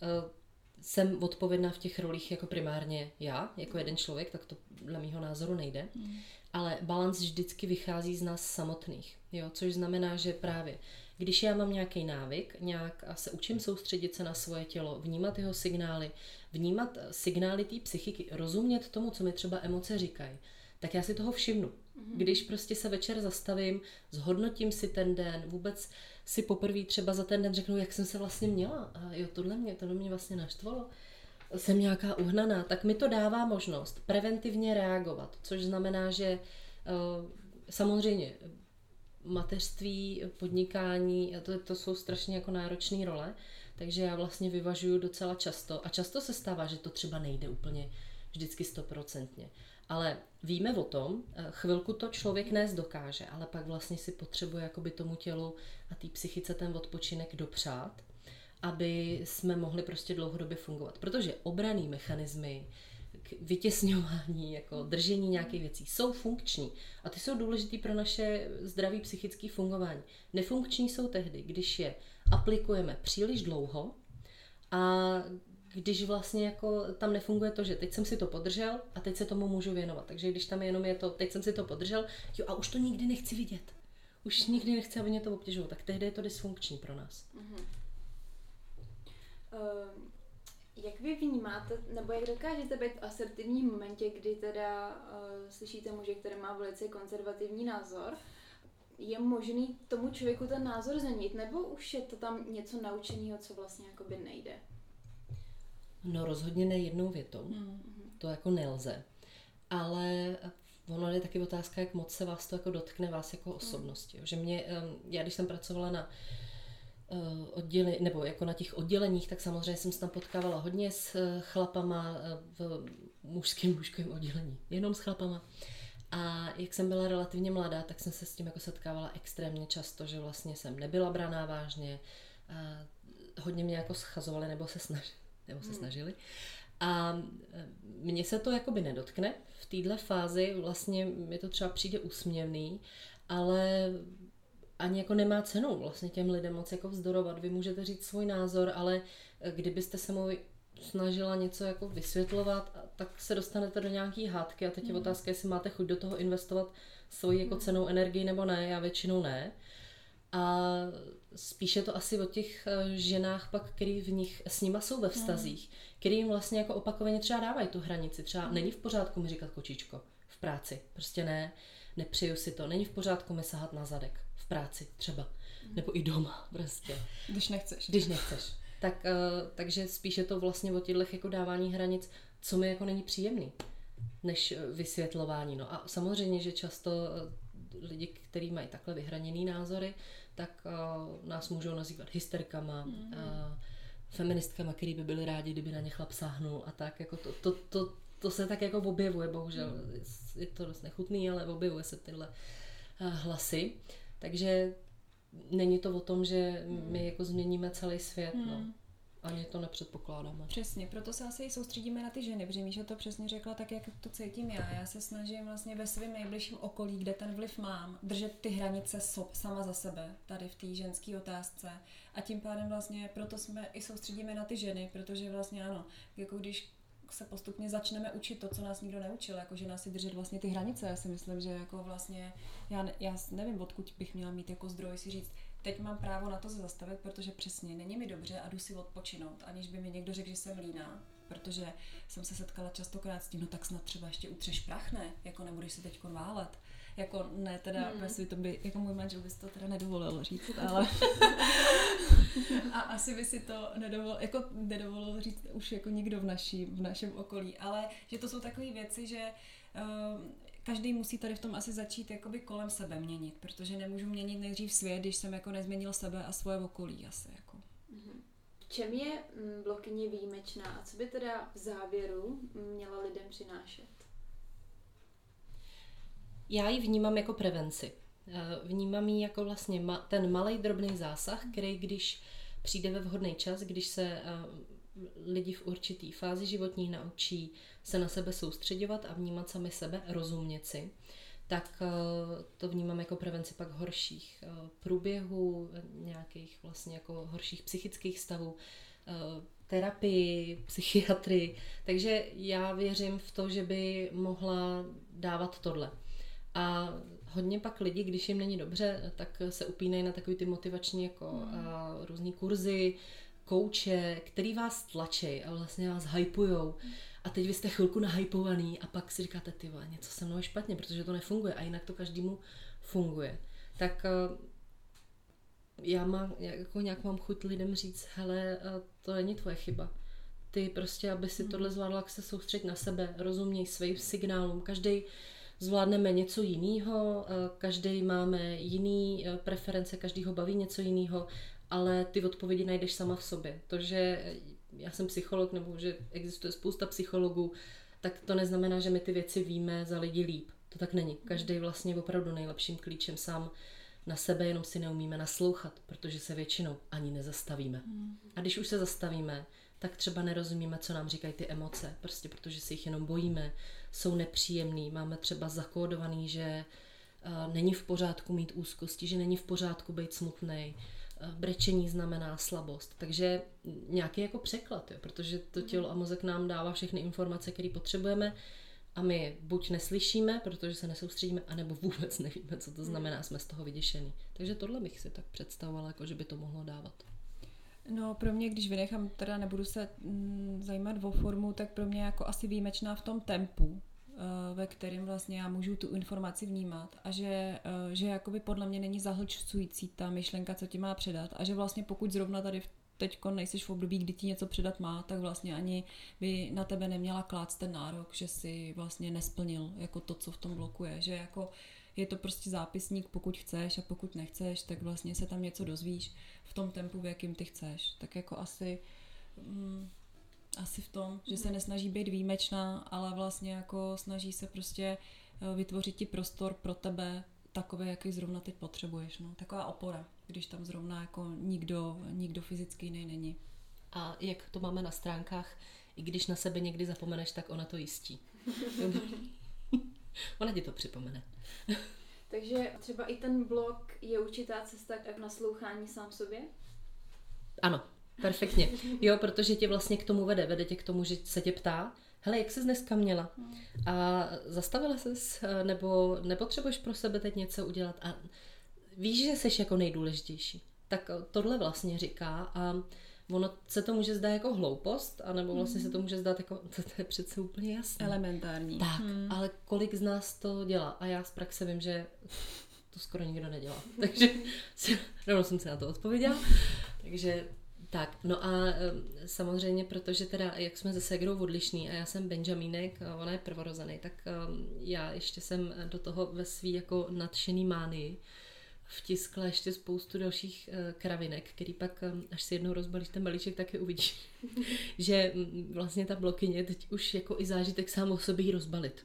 jsem odpovědná v těch rolích jako primárně já, jako jeden člověk, tak to dle mýho názoru nejde. Ale balans vždycky vychází z nás samotných, jo? Což znamená, že právě když já mám nějaký návyk, a se učím soustředit se na svoje tělo, vnímat jeho signály, vnímat signály té psychiky, rozumět tomu, co mi třeba emoce říkají, tak já si toho všimnu. Když prostě se večer zastavím, zhodnotím si ten den, vůbec si poprvé třeba za ten den řeknu, jak jsem se vlastně měla. A jo, tohle mě vlastně naštvalo. Jsem nějaká uhnaná. Tak mi to dává možnost preventivně reagovat. Což znamená, že samozřejmě mateřství, podnikání, to jsou strašně jako náročné role. Takže já vlastně vyvažuju docela často. A často se stává, že to třeba nejde úplně vždycky 100%. Ale víme o tom, chvilku to člověk nést dokáže, ale pak vlastně si potřebuje jakoby tomu tělu a té psychice ten odpočinek dopřát, aby jsme mohli prostě dlouhodobě fungovat. Protože obranný mechanismy, vytěsňování, jako držení nějakých věcí jsou funkční a ty jsou důležitý pro naše zdravé psychické fungování. Nefunkční jsou tehdy, když je aplikujeme příliš dlouho a když vlastně jako tam nefunguje to, že teď jsem si to podržel a teď se tomu můžu věnovat. Takže když tam jenom je to, teď jsem si to podržel, jo a už to nikdy nechci vidět. Už nikdy nechci, aby mě to obtěžovalo. Tak tehdy je to dysfunkční pro nás. Jak vy vnímáte, nebo jak dokážete být v asertivním momentě, kdy teda slyšíte muže, který má velice konzervativní názor, je možný tomu člověku ten názor změnit, nebo už je to tam něco naučeného, co vlastně jakoby nejde? No rozhodně ne jednou větou. To jako nelze. Ale ono je taky otázka, jak moc se vás to jako dotkne, vás jako osobnosti. Že já když jsem pracovala na nebo jako na těch odděleních, tak samozřejmě jsem se tam potkávala hodně s chlapama v mužském oddělení. Jenom s chlapama. A jak jsem byla relativně mladá, tak jsem se s tím jako setkávala extrémně často, že vlastně jsem nebyla braná vážně, hodně mě jako schazovali nebo se snažili. A mně se to jakoby nedotkne v téhle fázi, vlastně mi to třeba přijde úsměvný, ale ani jako nemá cenu vlastně těm lidem moc jako vzdorovat. Vy můžete říct svůj názor, ale kdybyste se mu snažila něco jako vysvětlovat, tak se dostanete do nějaký hádky a teď je otázka, jestli máte chuť do toho investovat svoji jako cenou energii nebo ne, já většinou ne. A spíše to asi o těch ženách pak, který v nich s nima jsou ve vztazích, který jim vlastně jako opakovaně třeba dávají tu hranici. Třeba není v pořádku mi říkat kočičko v práci, prostě ne, nepřeju si to, není v pořádku mi sahat na zadek v práci třeba, nebo i doma prostě. Když nechceš. Tak, takže spíše to vlastně o těchto jako dávání hranic, co mi jako není příjemný, než vysvětlování. No a samozřejmě, že často lidi, kteří mají takhle vyhraněný názory, tak nás můžou nazývat hysterkama, feministkama, který by byli rádi, kdyby na ně chlap sáhnul a tak. Jako to se tak jako objevuje, bohužel. Je to dost nechutný, ale objevuje se tyhle hlasy. Takže není to o tom, že my jako změníme celý svět, no. Ani to nepředpokládáme. Přesně, proto se asi soustředíme na ty ženy, protože Míša to přesně řekla tak, jak to cítím já. Já se snažím vlastně ve svém nejbližším okolí, kde ten vliv mám, držet ty hranice sama za sebe, tady v té ženské otázce. A tím pádem vlastně proto jsme i soustředíme na ty ženy, protože vlastně ano, jako když se postupně začneme učit to, co nás nikdo neučil, jako že nás si držet vlastně ty hranice. Já si myslím, že jako vlastně, já nevím, odkud bych měla mít jako zdroj si říct, teď mám právo na to se zastavit, protože přesně není mi dobře a jdu si odpočinout, aniž by mi někdo řekl, že jsem líná, protože jsem se setkala častokrát s tím, no tak snad třeba ještě utřeš prach, ne? Jako nebudeš si teďkon válet. Jako ne, teda ve světě by, jako můj manžel by si to teda nedovolil říct, ale a asi by si to nedovolil říct už jako nikdo v našem okolí, ale že to jsou takové věci, že každý musí tady v tom asi začít jakoby kolem sebe měnit, protože nemůžu měnit nejdřív svět, když jsem jako nezměnil sebe a svoje okolí asi jako. V čem je blokyně výjimečná a co by teda v závěru měla lidem přinášet? Já ji vnímám jako prevenci. Vnímám ji jako vlastně ten malej drobný zásah, který když přijde ve vhodný čas, když se lidi v určitý fázi životní naučí se na sebe soustředovat a vnímat sami sebe, rozumět si, tak to vnímám jako prevenci pak horších průběhů, nějakých vlastně jako horších psychických stavů, terapii, psychiatrii. Takže já věřím v to, že by mohla dávat tohle. A hodně pak lidi, když jim není dobře, tak se upínají na takový ty motivační jako různý kurzy, kouče, který vás tlačí a vlastně vás hypujou. A teď vy jste chvilku nahypovaný a pak si říkáte, ty vole, něco se mnou je špatně, protože to nefunguje a jinak to každému funguje. Tak já jako nějak mám chuť lidem říct, hele, to není tvoje chyba. Ty prostě, aby si tohle zvládla, jak se soustředit na sebe, rozuměj svým signálům. Každý zvládneme něco jiného, každý máme jiný preference, každýho baví něco jiného, ale ty odpovědi najdeš sama v sobě. To, že já jsem psycholog, nebo že existuje spousta psychologů, tak to neznamená, že my ty věci víme za lidi líp. To tak není. Každý vlastně opravdu nejlepším klíčem sám na sebe, jenom si neumíme naslouchat, protože se většinou ani nezastavíme. A když už se zastavíme, tak třeba nerozumíme, co nám říkají ty emoce, prostě protože se jich jenom bojíme, jsou nepříjemný, máme třeba zakódovaný, že není v pořádku mít úzkosti, že není v pořádku být smutnej, brečení znamená slabost, takže nějaký jako překlad, jo, protože to tělo a mozek nám dává všechny informace, které potřebujeme a my je buď neslyšíme, protože se nesoustředíme, anebo vůbec nevíme, co to znamená, jsme z toho vyděšený. Takže tohle bych si tak představovala, jako že by to mohlo dávat. No pro mě, když vynechám, teda nebudu se zajímat o formu, tak pro mě jako asi výjimečná v tom tempu, ve kterém vlastně já můžu tu informaci vnímat a že jakoby podle mě není zahlčující ta myšlenka, co ti má předat a že vlastně pokud zrovna tady teďko nejseš v období, kdy ti něco předat má, tak vlastně ani by na tebe neměla klást ten nárok, že si vlastně nesplnil jako to, co v tom blokuje, že jako je to prostě zápisník, pokud chceš a pokud nechceš, tak vlastně se tam něco dozvíš v tom tempu, v jakým ty chceš. Tak jako asi v tom, že se nesnaží být výjimečná, ale vlastně jako snaží se prostě vytvořit ti prostor pro tebe takový, jaký zrovna teď potřebuješ. No. Taková opora, když tam zrovna jako nikdo fyzicky jiný není. A jak to máme na stránkách, i když na sebe někdy zapomeneš, tak ona to jistí. Ona ti to připomene. Takže třeba i ten blog je určitá cesta k naslouchání sám sobě? Ano, perfektně. Jo, protože tě vlastně k tomu vede tě k tomu, že se tě ptá, hele, jak ses dneska měla? A zastavila ses, nebo nepotřebuješ pro sebe teď něco udělat? A víš, že jsi jako nejdůležitější. Tak tohle vlastně říká a ono se to může zdát jako hloupost, anebo vlastně se to může zdát jako, to je přece úplně jasné. Elementární. Tak, ale kolik z nás to dělá? A já z praxe vím, že to skoro nikdo nedělá. Takže rovnou jsem se na to odpověděla. Takže tak, no a samozřejmě, protože teda, jak jsme se ségrou odlišní a já jsem Benjamínek, a ona je prvorozený, tak já ještě jsem do toho ve svý jako nadšený mánii vtiskla ještě spoustu dalších kravinek, který pak, až si jednou rozbalíš ten balíček, tak je uvidíš, že vlastně ta blokyně teď už jako i zážitek sám o sobě jí rozbalit.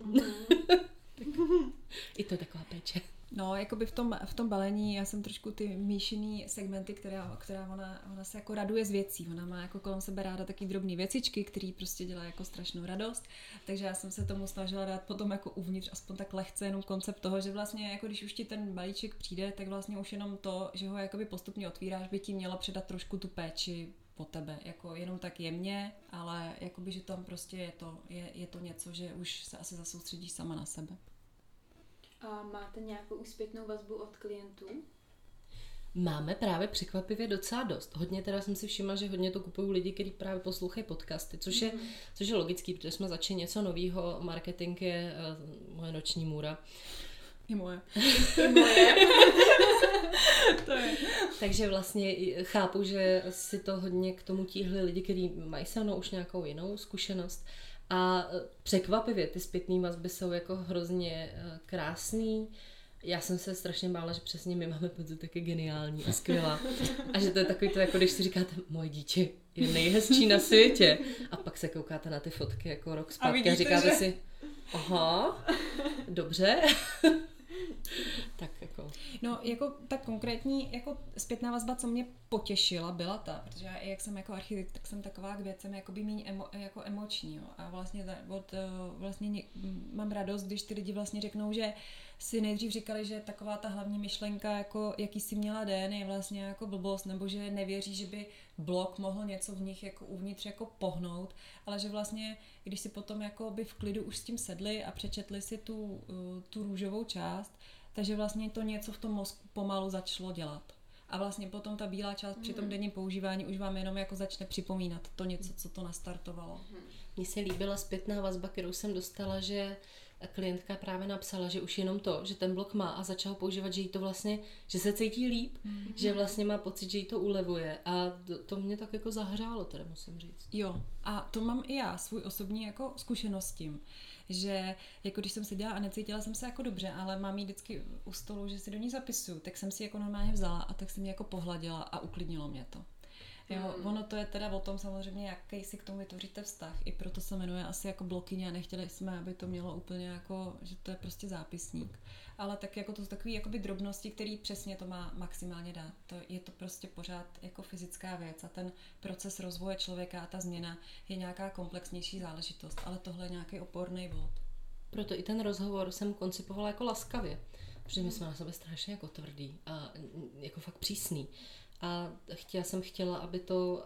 I to je taková péče. No, jakoby v tom balení já jsem trošku ty míšený segmenty, která ona se jako raduje z věcí. Ona má jako kolem sebe ráda taky drobné věcičky, které prostě dělají jako strašnou radost. Takže já jsem se tomu snažila dát potom jako uvnitř aspoň tak lehce jenom koncept toho, že vlastně jako když už ti ten balíček přijde, tak vlastně už jenom to, že ho jakoby postupně otvíráš, by ti mělo předat trošku tu péči po tebe, jako jenom tak jemně, ale jakoby, že tam prostě je to něco, že už se asi zasoustředíš sama na sebe. A máte nějakou zpětnou vazbu od klientů? Máme právě překvapivě docela dost. Hodně teda jsem si všimla, že hodně to kupují lidi, kteří právě poslouchají podcasty, což je logický, protože jsme začali něco novýho. Marketing je moje noční můra. I moje. To je. Takže vlastně chápu, že si to hodně k tomu tíhli lidi, kteří mají se mnou už nějakou jinou zkušenost. A překvapivě ty zpětné vazby jsou jako hrozně krásný. Já jsem se strašně bála, že přesně my máme pocit taky geniální a skvělá. A že to je takový to, jako když si říkáte, moje dítě je nejhezčí na světě. A pak se koukáte na ty fotky jako rok zpátky a říkáte si, aha, dobře. Tak jako. No, jako tak konkrétní jako zpětná vazba, co mě potěšila, byla ta, protože já, jak jsem jako architekt, tak jsem taková k věcem jakoby míň jako emoční, jo. A vlastně mám radost, když ty lidi vlastně řeknou, že si nejdřív říkali, že taková ta hlavní myšlenka, jako jaký si měla den, je vlastně jako blbost, nebo že nevěří, že by blog mohl něco v nich jako uvnitř jako pohnout, ale že vlastně, když si potom jako by v klidu už s tím sedli a přečetli si tu růžovou část, takže vlastně to něco v tom mozku pomalu začalo dělat. A vlastně potom ta bílá část při tom denním používání už vám jenom jako začne připomínat to něco, co to nastartovalo. Mně se líbila zpětná vazba, kterou jsem dostala, že klientka právě napsala, že už jenom to, že ten blog má a začala používat, že jí to vlastně, že se cítí líp, že vlastně má pocit, že jí to ulevuje a to mě tak jako zahřálo, teda musím říct. Jo, a to mám i já, svůj osobní jako zkušenost s tím, že jako když jsem seděla a necítila jsem se jako dobře, ale mám jí vždycky u stolu, že si do ní zapisuju, tak jsem si jako normálně vzala a tak jsem ji jako pohladila a uklidnilo mě to. Jo, ono to je teda o tom samozřejmě, jaký si k tomu vytvoříte vztah. I proto se jmenuje asi jako blokyně a nechtěli jsme, aby to mělo úplně jako, že to je prostě zápisník. Ale tak jako to jsou takové jakoby drobnosti, které přesně to má maximálně dát. Je to prostě pořád jako fyzická věc a ten proces rozvoje člověka a ta změna je nějaká komplexnější záležitost, ale tohle je nějaký oporný bod. Proto i ten rozhovor jsem koncipovala jako laskavě, protože my jsme na sebe strašně jako tvrdý a jako fakt přísný. A jsem chtěla, aby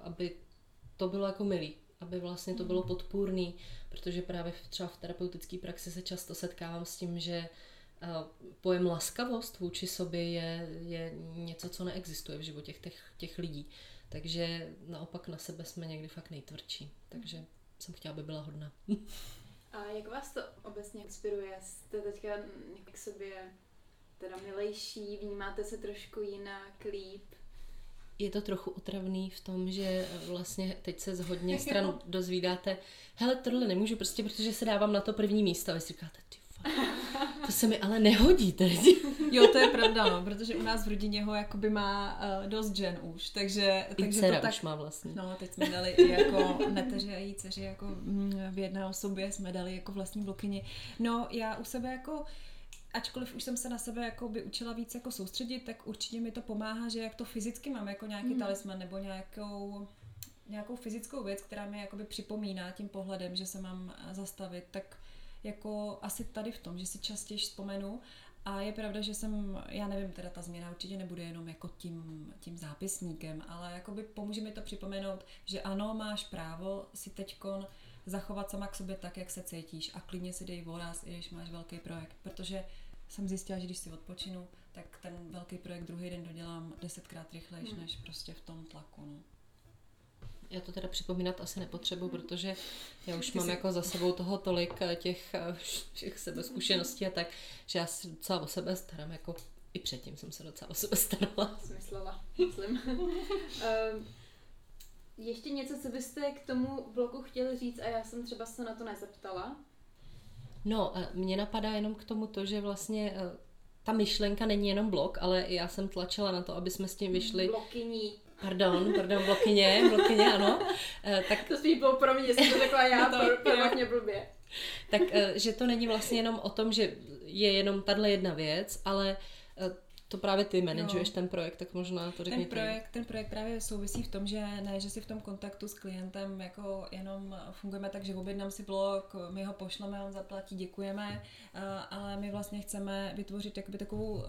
to bylo jako milý, aby vlastně to bylo podpůrný, protože právě třeba v terapeutické praxi se často setkávám s tím, že pojem laskavost vůči sobě je něco, co neexistuje v životě těch lidí. Takže naopak na sebe jsme někdy fakt nejtvrdší. Takže jsem chtěla, aby byla hodná. A jak vás to obecně inspiruje? Jste teďka k sobě teda milejší, vnímáte se trošku jinak, líp? Je to trochu otravný v tom, že vlastně teď se z hodně stran dozvídáte, hele, tohle nemůžu prostě, protože se dávám na to první místo. A vy si říkáte, To se mi ale nehodí teď. Jo, to je pravda, no, protože u nás v rodině ho jakoby má dost žen už, takže dcera to tak... už má vlastně. No, teď jsme dali i jako neteři a její dceři jako v jedné osobě jsme dali jako vlastní blokyni. No, já u sebe jako, ačkoliv už jsem se na sebe jako by učila víc jako soustředit, tak určitě mi to pomáhá, že jak to fyzicky mám jako nějaký talisman nebo nějakou fyzickou věc, která mi jakoby připomíná tím pohledem, že se mám zastavit, tak jako asi tady v tom, že si častěji vzpomenu. A je pravda, že já nevím, teda ta změna určitě nebude jenom jako tím zápisníkem, ale jakoby pomůže mi to připomenout, že ano, máš právo si teďkon zachovat sama k sobě tak, jak se cítíš a klidně si dej voraz, i když máš velký projekt, protože jsem zjistila, že když si odpočinu, tak ten velký projekt druhý den dodělám 10krát rychlejš, než prostě v tom tlaku. No. Já to teda připomínat asi nepotřebuji, protože já už mám jako za sebou toho tolik těch sebezkušeností a tak, že já si docela o sebe starám, jako i předtím jsem se docela o sebe starala. Myslím. Ještě něco, co byste k tomu bloku chtěli říct a já jsem třeba se na to nezeptala? No, mě napadá jenom k tomu to, že vlastně ta myšlenka není jenom blok, ale já jsem tlačila na to, aby jsme s tím vyšli... Blokyní. Pardon, blokyně, ano. Tak... To spíš bylo pro mě, jsem to řekla já, pro mě blbě. Tak, že to není vlastně jenom o tom, že je jenom tahle jedna věc, ale to právě ty manažuješ ten projekt, tak možná to řekni ten projekt právě souvisí v tom, že ne, že si v tom kontaktu s klientem jako jenom fungujeme tak, že objednám si blog, my ho pošleme, on zaplatí, děkujeme, ale my vlastně chceme vytvořit jakoby takovou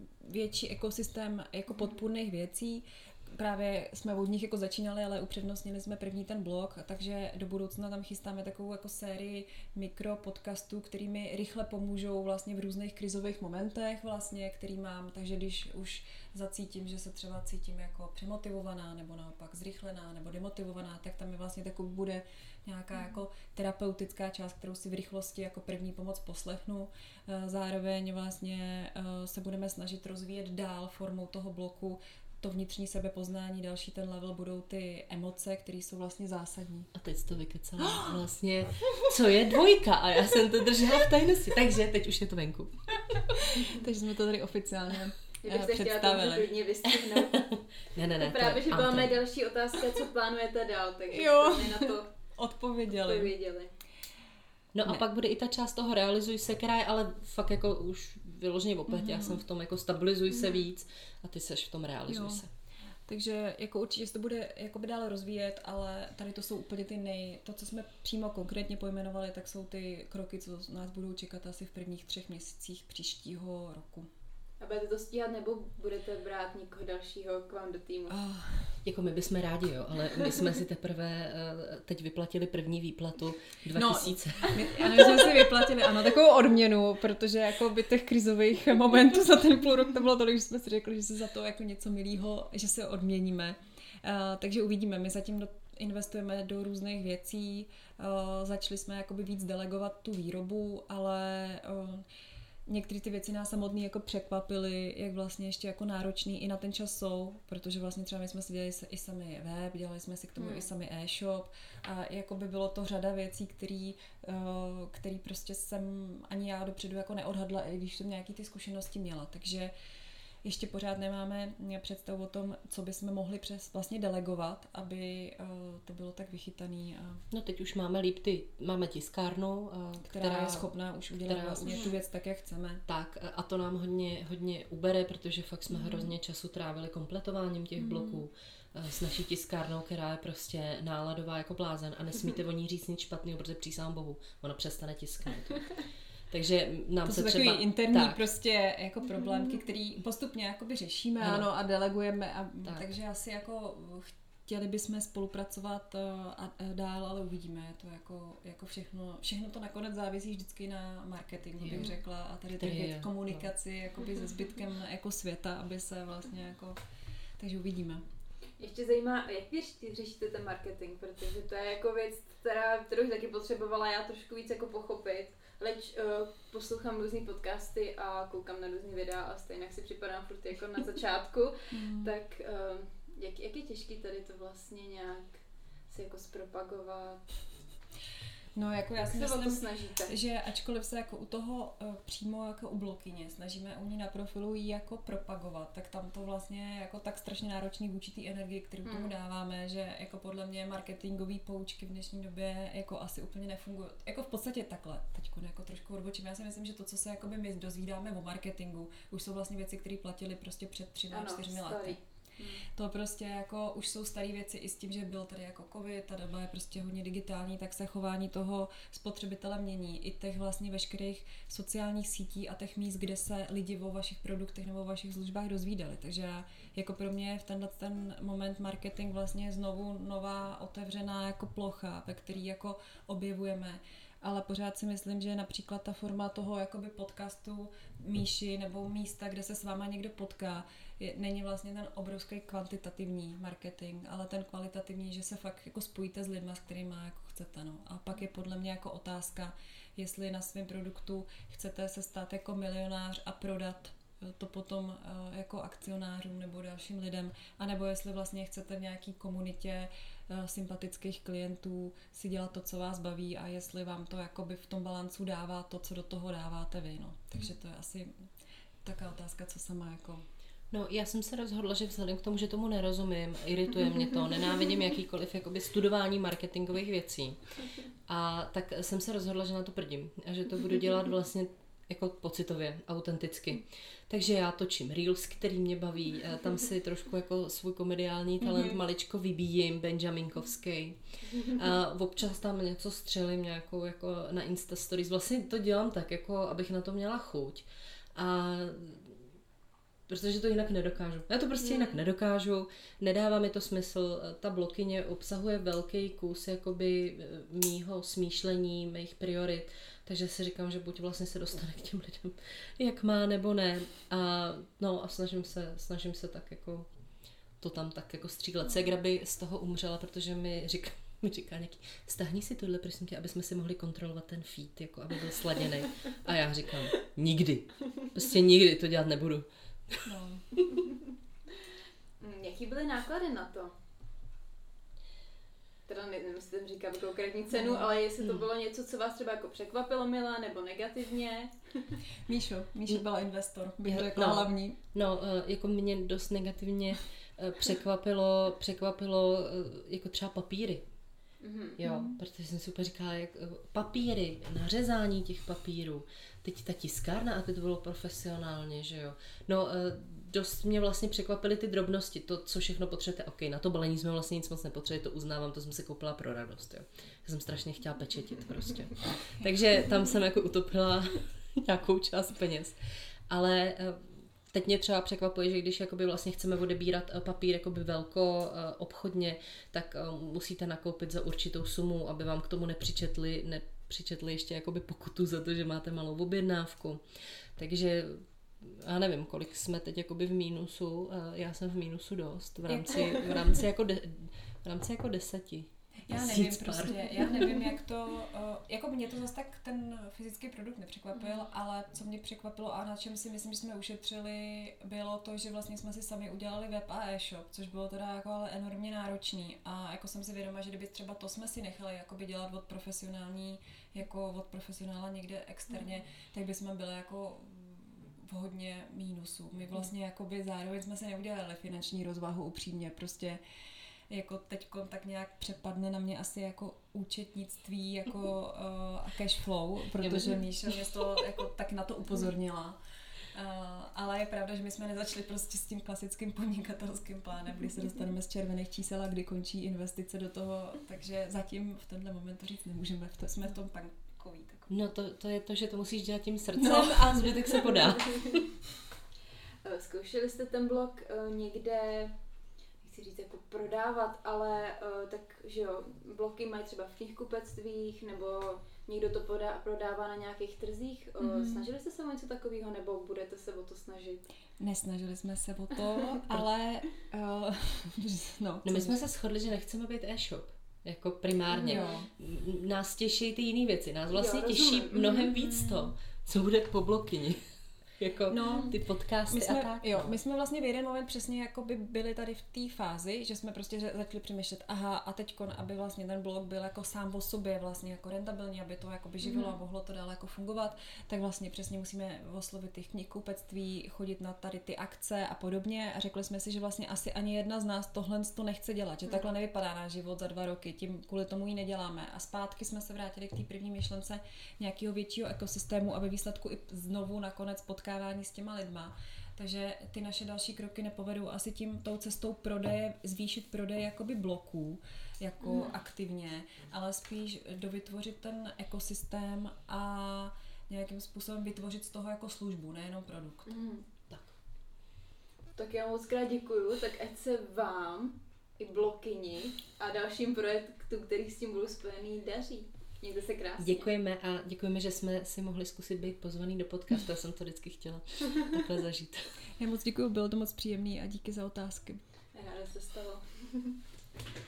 větší ekosystém jako podpůrných věcí. Právě jsme od nich jako začínali, ale upřednostnili jsme první ten blog, takže do budoucna tam chystáme takovou jako sérii mikropodcastů, kterými rychle pomůžou vlastně v různých krizových momentech vlastně, který mám, takže když už zacítím, že se třeba cítím jako přemotivovaná nebo naopak zrychlená nebo demotivovaná, tak tam je vlastně takový bude nějaká jako terapeutická část, kterou si v rychlosti jako první pomoc poslechnu. Zároveň vlastně se budeme snažit rozvíjet dál formou toho bloku to vnitřní sebepoznání, další ten level budou ty emoce, které jsou vlastně zásadní. A teď jsi to vykecala vlastně, co je dvojka a já jsem to držela v tajnosti, takže teď už je to venku. Takže jsme to tady oficiálně představili. Kdybyste chtěla to vystihnout. Ne. Právě, že byla moje další otázka, co plánujete dál, takže jste na to odpověděli. No a pak bude i ta část toho realizuj se, která je ale fakt jako už vyloženě opět, já jsem v tom jako stabilizuj se víc a ty seš v tom realizuj se. Takže jako určitě se to bude jakoby dále rozvíjet, ale tady to jsou úplně to, co jsme přímo konkrétně pojmenovali, tak jsou ty kroky, co nás budou čekat asi v prvních 3 měsících příštího roku. A budete to stíhat, nebo budete brát někoho dalšího k vám do týmu? Jako my bychom rádi, jo, ale my jsme si teprve teď vyplatili první výplatu 2000. My jsme si vyplatili, ano, takovou odměnu, protože jako by těch krizových momentů za ten půl rok to bylo tolik, že jsme si řekli, že se za to jako něco milého, že se odměníme. Takže uvidíme, my zatím investujeme do různých věcí, začali jsme jakoby víc delegovat tu výrobu, ale některé ty věci nás samotný jako překvapily, jak vlastně ještě jako náročný i na ten čas jsou, protože vlastně třeba my jsme si dělali i sami web, dělali jsme si k tomu i sami e-shop a jako by bylo to řada věcí, který prostě jsem ani já dopředu jako neodhadla, i když jsem nějaký ty zkušenosti měla, takže ještě pořád nemáme představu o tom, co bychom mohli vlastně delegovat, aby to bylo tak vychytaný. No teď už máme máme tiskárnu, která je schopná už udělat vlastně tu věc tak, jak chceme. Tak a to nám hodně ubere, protože fakt jsme hrozně času trávili kompletováním těch bloků s naší tiskárnou, která je prostě náladová jako blázen a nesmíte o ní říct nic špatného, protože přísahám Bohu, ona přestane tisknout. Takže nám to se jsou třeba... takový interní prostě jako problémky, který postupně jakoby řešíme, ano, a delegujeme, takže asi jako chtěli bychom spolupracovat a dál, ale uvidíme, je to jako všechno to nakonec závisí vždycky na marketingu, bych řekla, a tady těch komunikaci jakoby se zbytkem jako světa, aby se vlastně jako, takže uvidíme. Ještě zajímá, jak vy řešíte ten marketing, protože to je jako věc, kterou taky potřebovala já trošku víc jako pochopit. Leč poslouchám různý podcasty a koukám na různý videa a stejně si připadám furt jako na začátku, tak jak je těžký tady to vlastně nějak si jako zpropagovat? No, jako já si se o to myslím, snažíte? že ačkoliv se jako u toho přímo jako u blokyně snažíme u ní na profilu jí jako propagovat, tak tam to vlastně jako tak strašně náročný vůči té energii, kterou tomu dáváme, že jako podle mě marketingový poučky v dnešní době jako asi úplně nefungují. Jako v podstatě takhle, teďko jako trošku odbočím. Já si myslím, že to, co se jakoby my dozvídáme o marketingu, už jsou vlastně věci, které platily prostě před 3-4 lety. To prostě jako už jsou staré věci i s tím, že byl tady jako covid, ta doba je prostě hodně digitální, tak se chování toho spotřebitele mění. I těch vlastně veškerých sociálních sítí a těch míst, kde se lidi o vašich produktech nebo o vašich službách dozvídali. Takže jako pro mě v ten moment marketing vlastně znovu nová otevřená jako plocha, ve který jako objevujeme. Ale pořád si myslím, že například ta forma toho jakoby podcastu Míši nebo místa, kde se s váma někdo potká, není vlastně ten obrovský kvantitativní marketing, ale ten kvalitativní, že se fakt jako spojíte s lidma, s kterými jako chcete. No. A pak je podle mě jako otázka, jestli na svém produktu chcete se stát jako milionář a prodat to potom jako akcionářům nebo dalším lidem, anebo jestli vlastně chcete v nějaký komunitě sympatických klientů si dělat to, co vás baví a jestli vám to jakoby v tom balancu dává to, co do toho dáváte vy. No. Takže to je asi taková otázka, co sama jako... No, já jsem se rozhodla, že vzhledem k tomu, že tomu nerozumím, irituje mě to, nenávidím jakýkoliv jakoby studování marketingových věcí. A tak jsem se rozhodla, že na to prdím a že to budu dělat vlastně jako pocitově, autenticky. Takže já točím reels, který mě baví, tam si trošku jako svůj komediální talent maličko vybíjím, benjaminkovský. Občas tam něco střelím nějakou jako na Insta Stories. Vlastně to dělám tak, jako abych na to měla chuť. A protože to jinak nedokážu. Já to prostě jinak nedokážu, nedává mi to smysl. Ta blokyně obsahuje velký kus jakoby mýho smýšlení, mých priorit, takže si říkám, že buď vlastně se dostane k těm lidem, jak má, nebo ne. A snažím se tak jako to tam tak jako střílet. Segra by z toho umřela, protože mi říká nějaký, stáhni si tohle, prosím tě, aby jsme si mohli kontrolovat ten feed, jako aby byl sladěný. A já říkám, nikdy. Prostě nikdy to dělat nebudu. No. Jaký byly náklady na to? Teda nevím, jestli tam říkám konkrétní cenu, ale jestli to bylo něco, co vás třeba jako překvapilo milé, nebo negativně? Míšo byl investor, bych řekla hlavní. No, jako mě dost negativně překvapilo jako třeba papíry. Jo, protože jsem si úplně říkala, jak papíry, nařezání těch papírů, teď ta tiskárna a teď to bylo profesionálně, že jo. No, dost mě vlastně překvapily ty drobnosti, to, co všechno potřebujete, ok, na to balení jsme vlastně nic moc nepotřebovali, to uznávám, to jsem si koupila pro radost, jo. Já jsem strašně chtěla pečetit prostě. Takže tam jsem jako utopila nějakou část peněz. Ale teď mě třeba překvapuje, že když jakoby vlastně chceme odebírat papír jakoby velko obchodně, tak musíte nakoupit za určitou sumu, aby vám k tomu nepřičetli ještě jakoby pokutu za to, že máte malou objednávku. Takže já nevím, kolik jsme teď jakoby v mínusu. Já jsem v mínusu dost v rámci jako 10. Já nevím, jak to, jako mě to zase tak ten fyzický produkt nepřekvapil, ale co mě překvapilo a na čem si myslím, že jsme ušetřili, bylo to, že vlastně jsme si sami udělali web a e-shop, což bylo teda jako ale enormně náročný a jako jsem si vědoma, že kdyby třeba to jsme si nechali jakoby dělat od profesionála někde externě, tak bychom byli jako v hodně mínusů. My vlastně jakoby zároveň jsme si neudělali finanční rozvahu upřímně, prostě jako teďko tak nějak přepadne na mě asi jako účetnictví jako a cash flow, protože Míša mě to jako tak na to upozornila. Ale je pravda, že my jsme nezačali prostě s tím klasickým podnikatelským plánem, kdy se dostaneme z červených čísel a kdy končí investice do toho, takže zatím v tenhle momentu říct nemůžeme, jsme v tom punkový. No to je to, že to musíš dělat tím srdcem a zbytek se podá. Zkoušeli jste ten blog někde, nechci říct jako prodávat, ale tak, že jo, bloky mají třeba v knihkupectvích, nebo někdo to prodává na nějakých trzích. Snažili jste se o něco takového, nebo budete se o to snažit? Nesnažili jsme se o to, ale no, my jsme se shodli, že nechceme být e-shop. Jako primárně. Jo. Nás těší ty jiné věci. Nás vlastně těší mnohem víc to, co bude po blokyni. jako ty podcasty a tak. Jo, my jsme vlastně v jeden moment přesně jakoby byli tady v té fázi, že jsme prostě začali přemýšlet, aha, a teďkon, aby vlastně ten blog byl jako sám o sobě vlastně jako rentabilní, aby to jakoby živilo a mohlo to dále jako fungovat, tak vlastně přesně musíme oslovit těch knihkupectví, chodit na tady ty akce a podobně a řekli jsme si, že vlastně asi ani jedna z nás tohle to nechce dělat, že takhle nevypadá náš život za 2 roky, tím kvůli tomu ji neděláme. A zpátky jsme se vrátili k té první myšlence nějakého většího ekosystému, aby výsledku i znovu nakonec potkávání s těma lidma. Takže ty naše další kroky nepovedou asi tou cestou prodeje, zvýšit prodej jakoby bloků, jako aktivně, ale spíš dovytvořit ten ekosystém a nějakým způsobem vytvořit z toho jako službu, nejenom produkt. Tak já moc krát děkuju, tak ať se vám i blokyni a dalším projektům, který s tím budou spojený, daří. Mějte se krásně. Děkujeme a děkujeme, že jsme si mohli zkusit být pozvaný do podcastu. Já jsem to vždycky chtěla takhle zažít. Já moc děkuju, bylo to moc příjemný a díky za otázky. Ráda se stalo.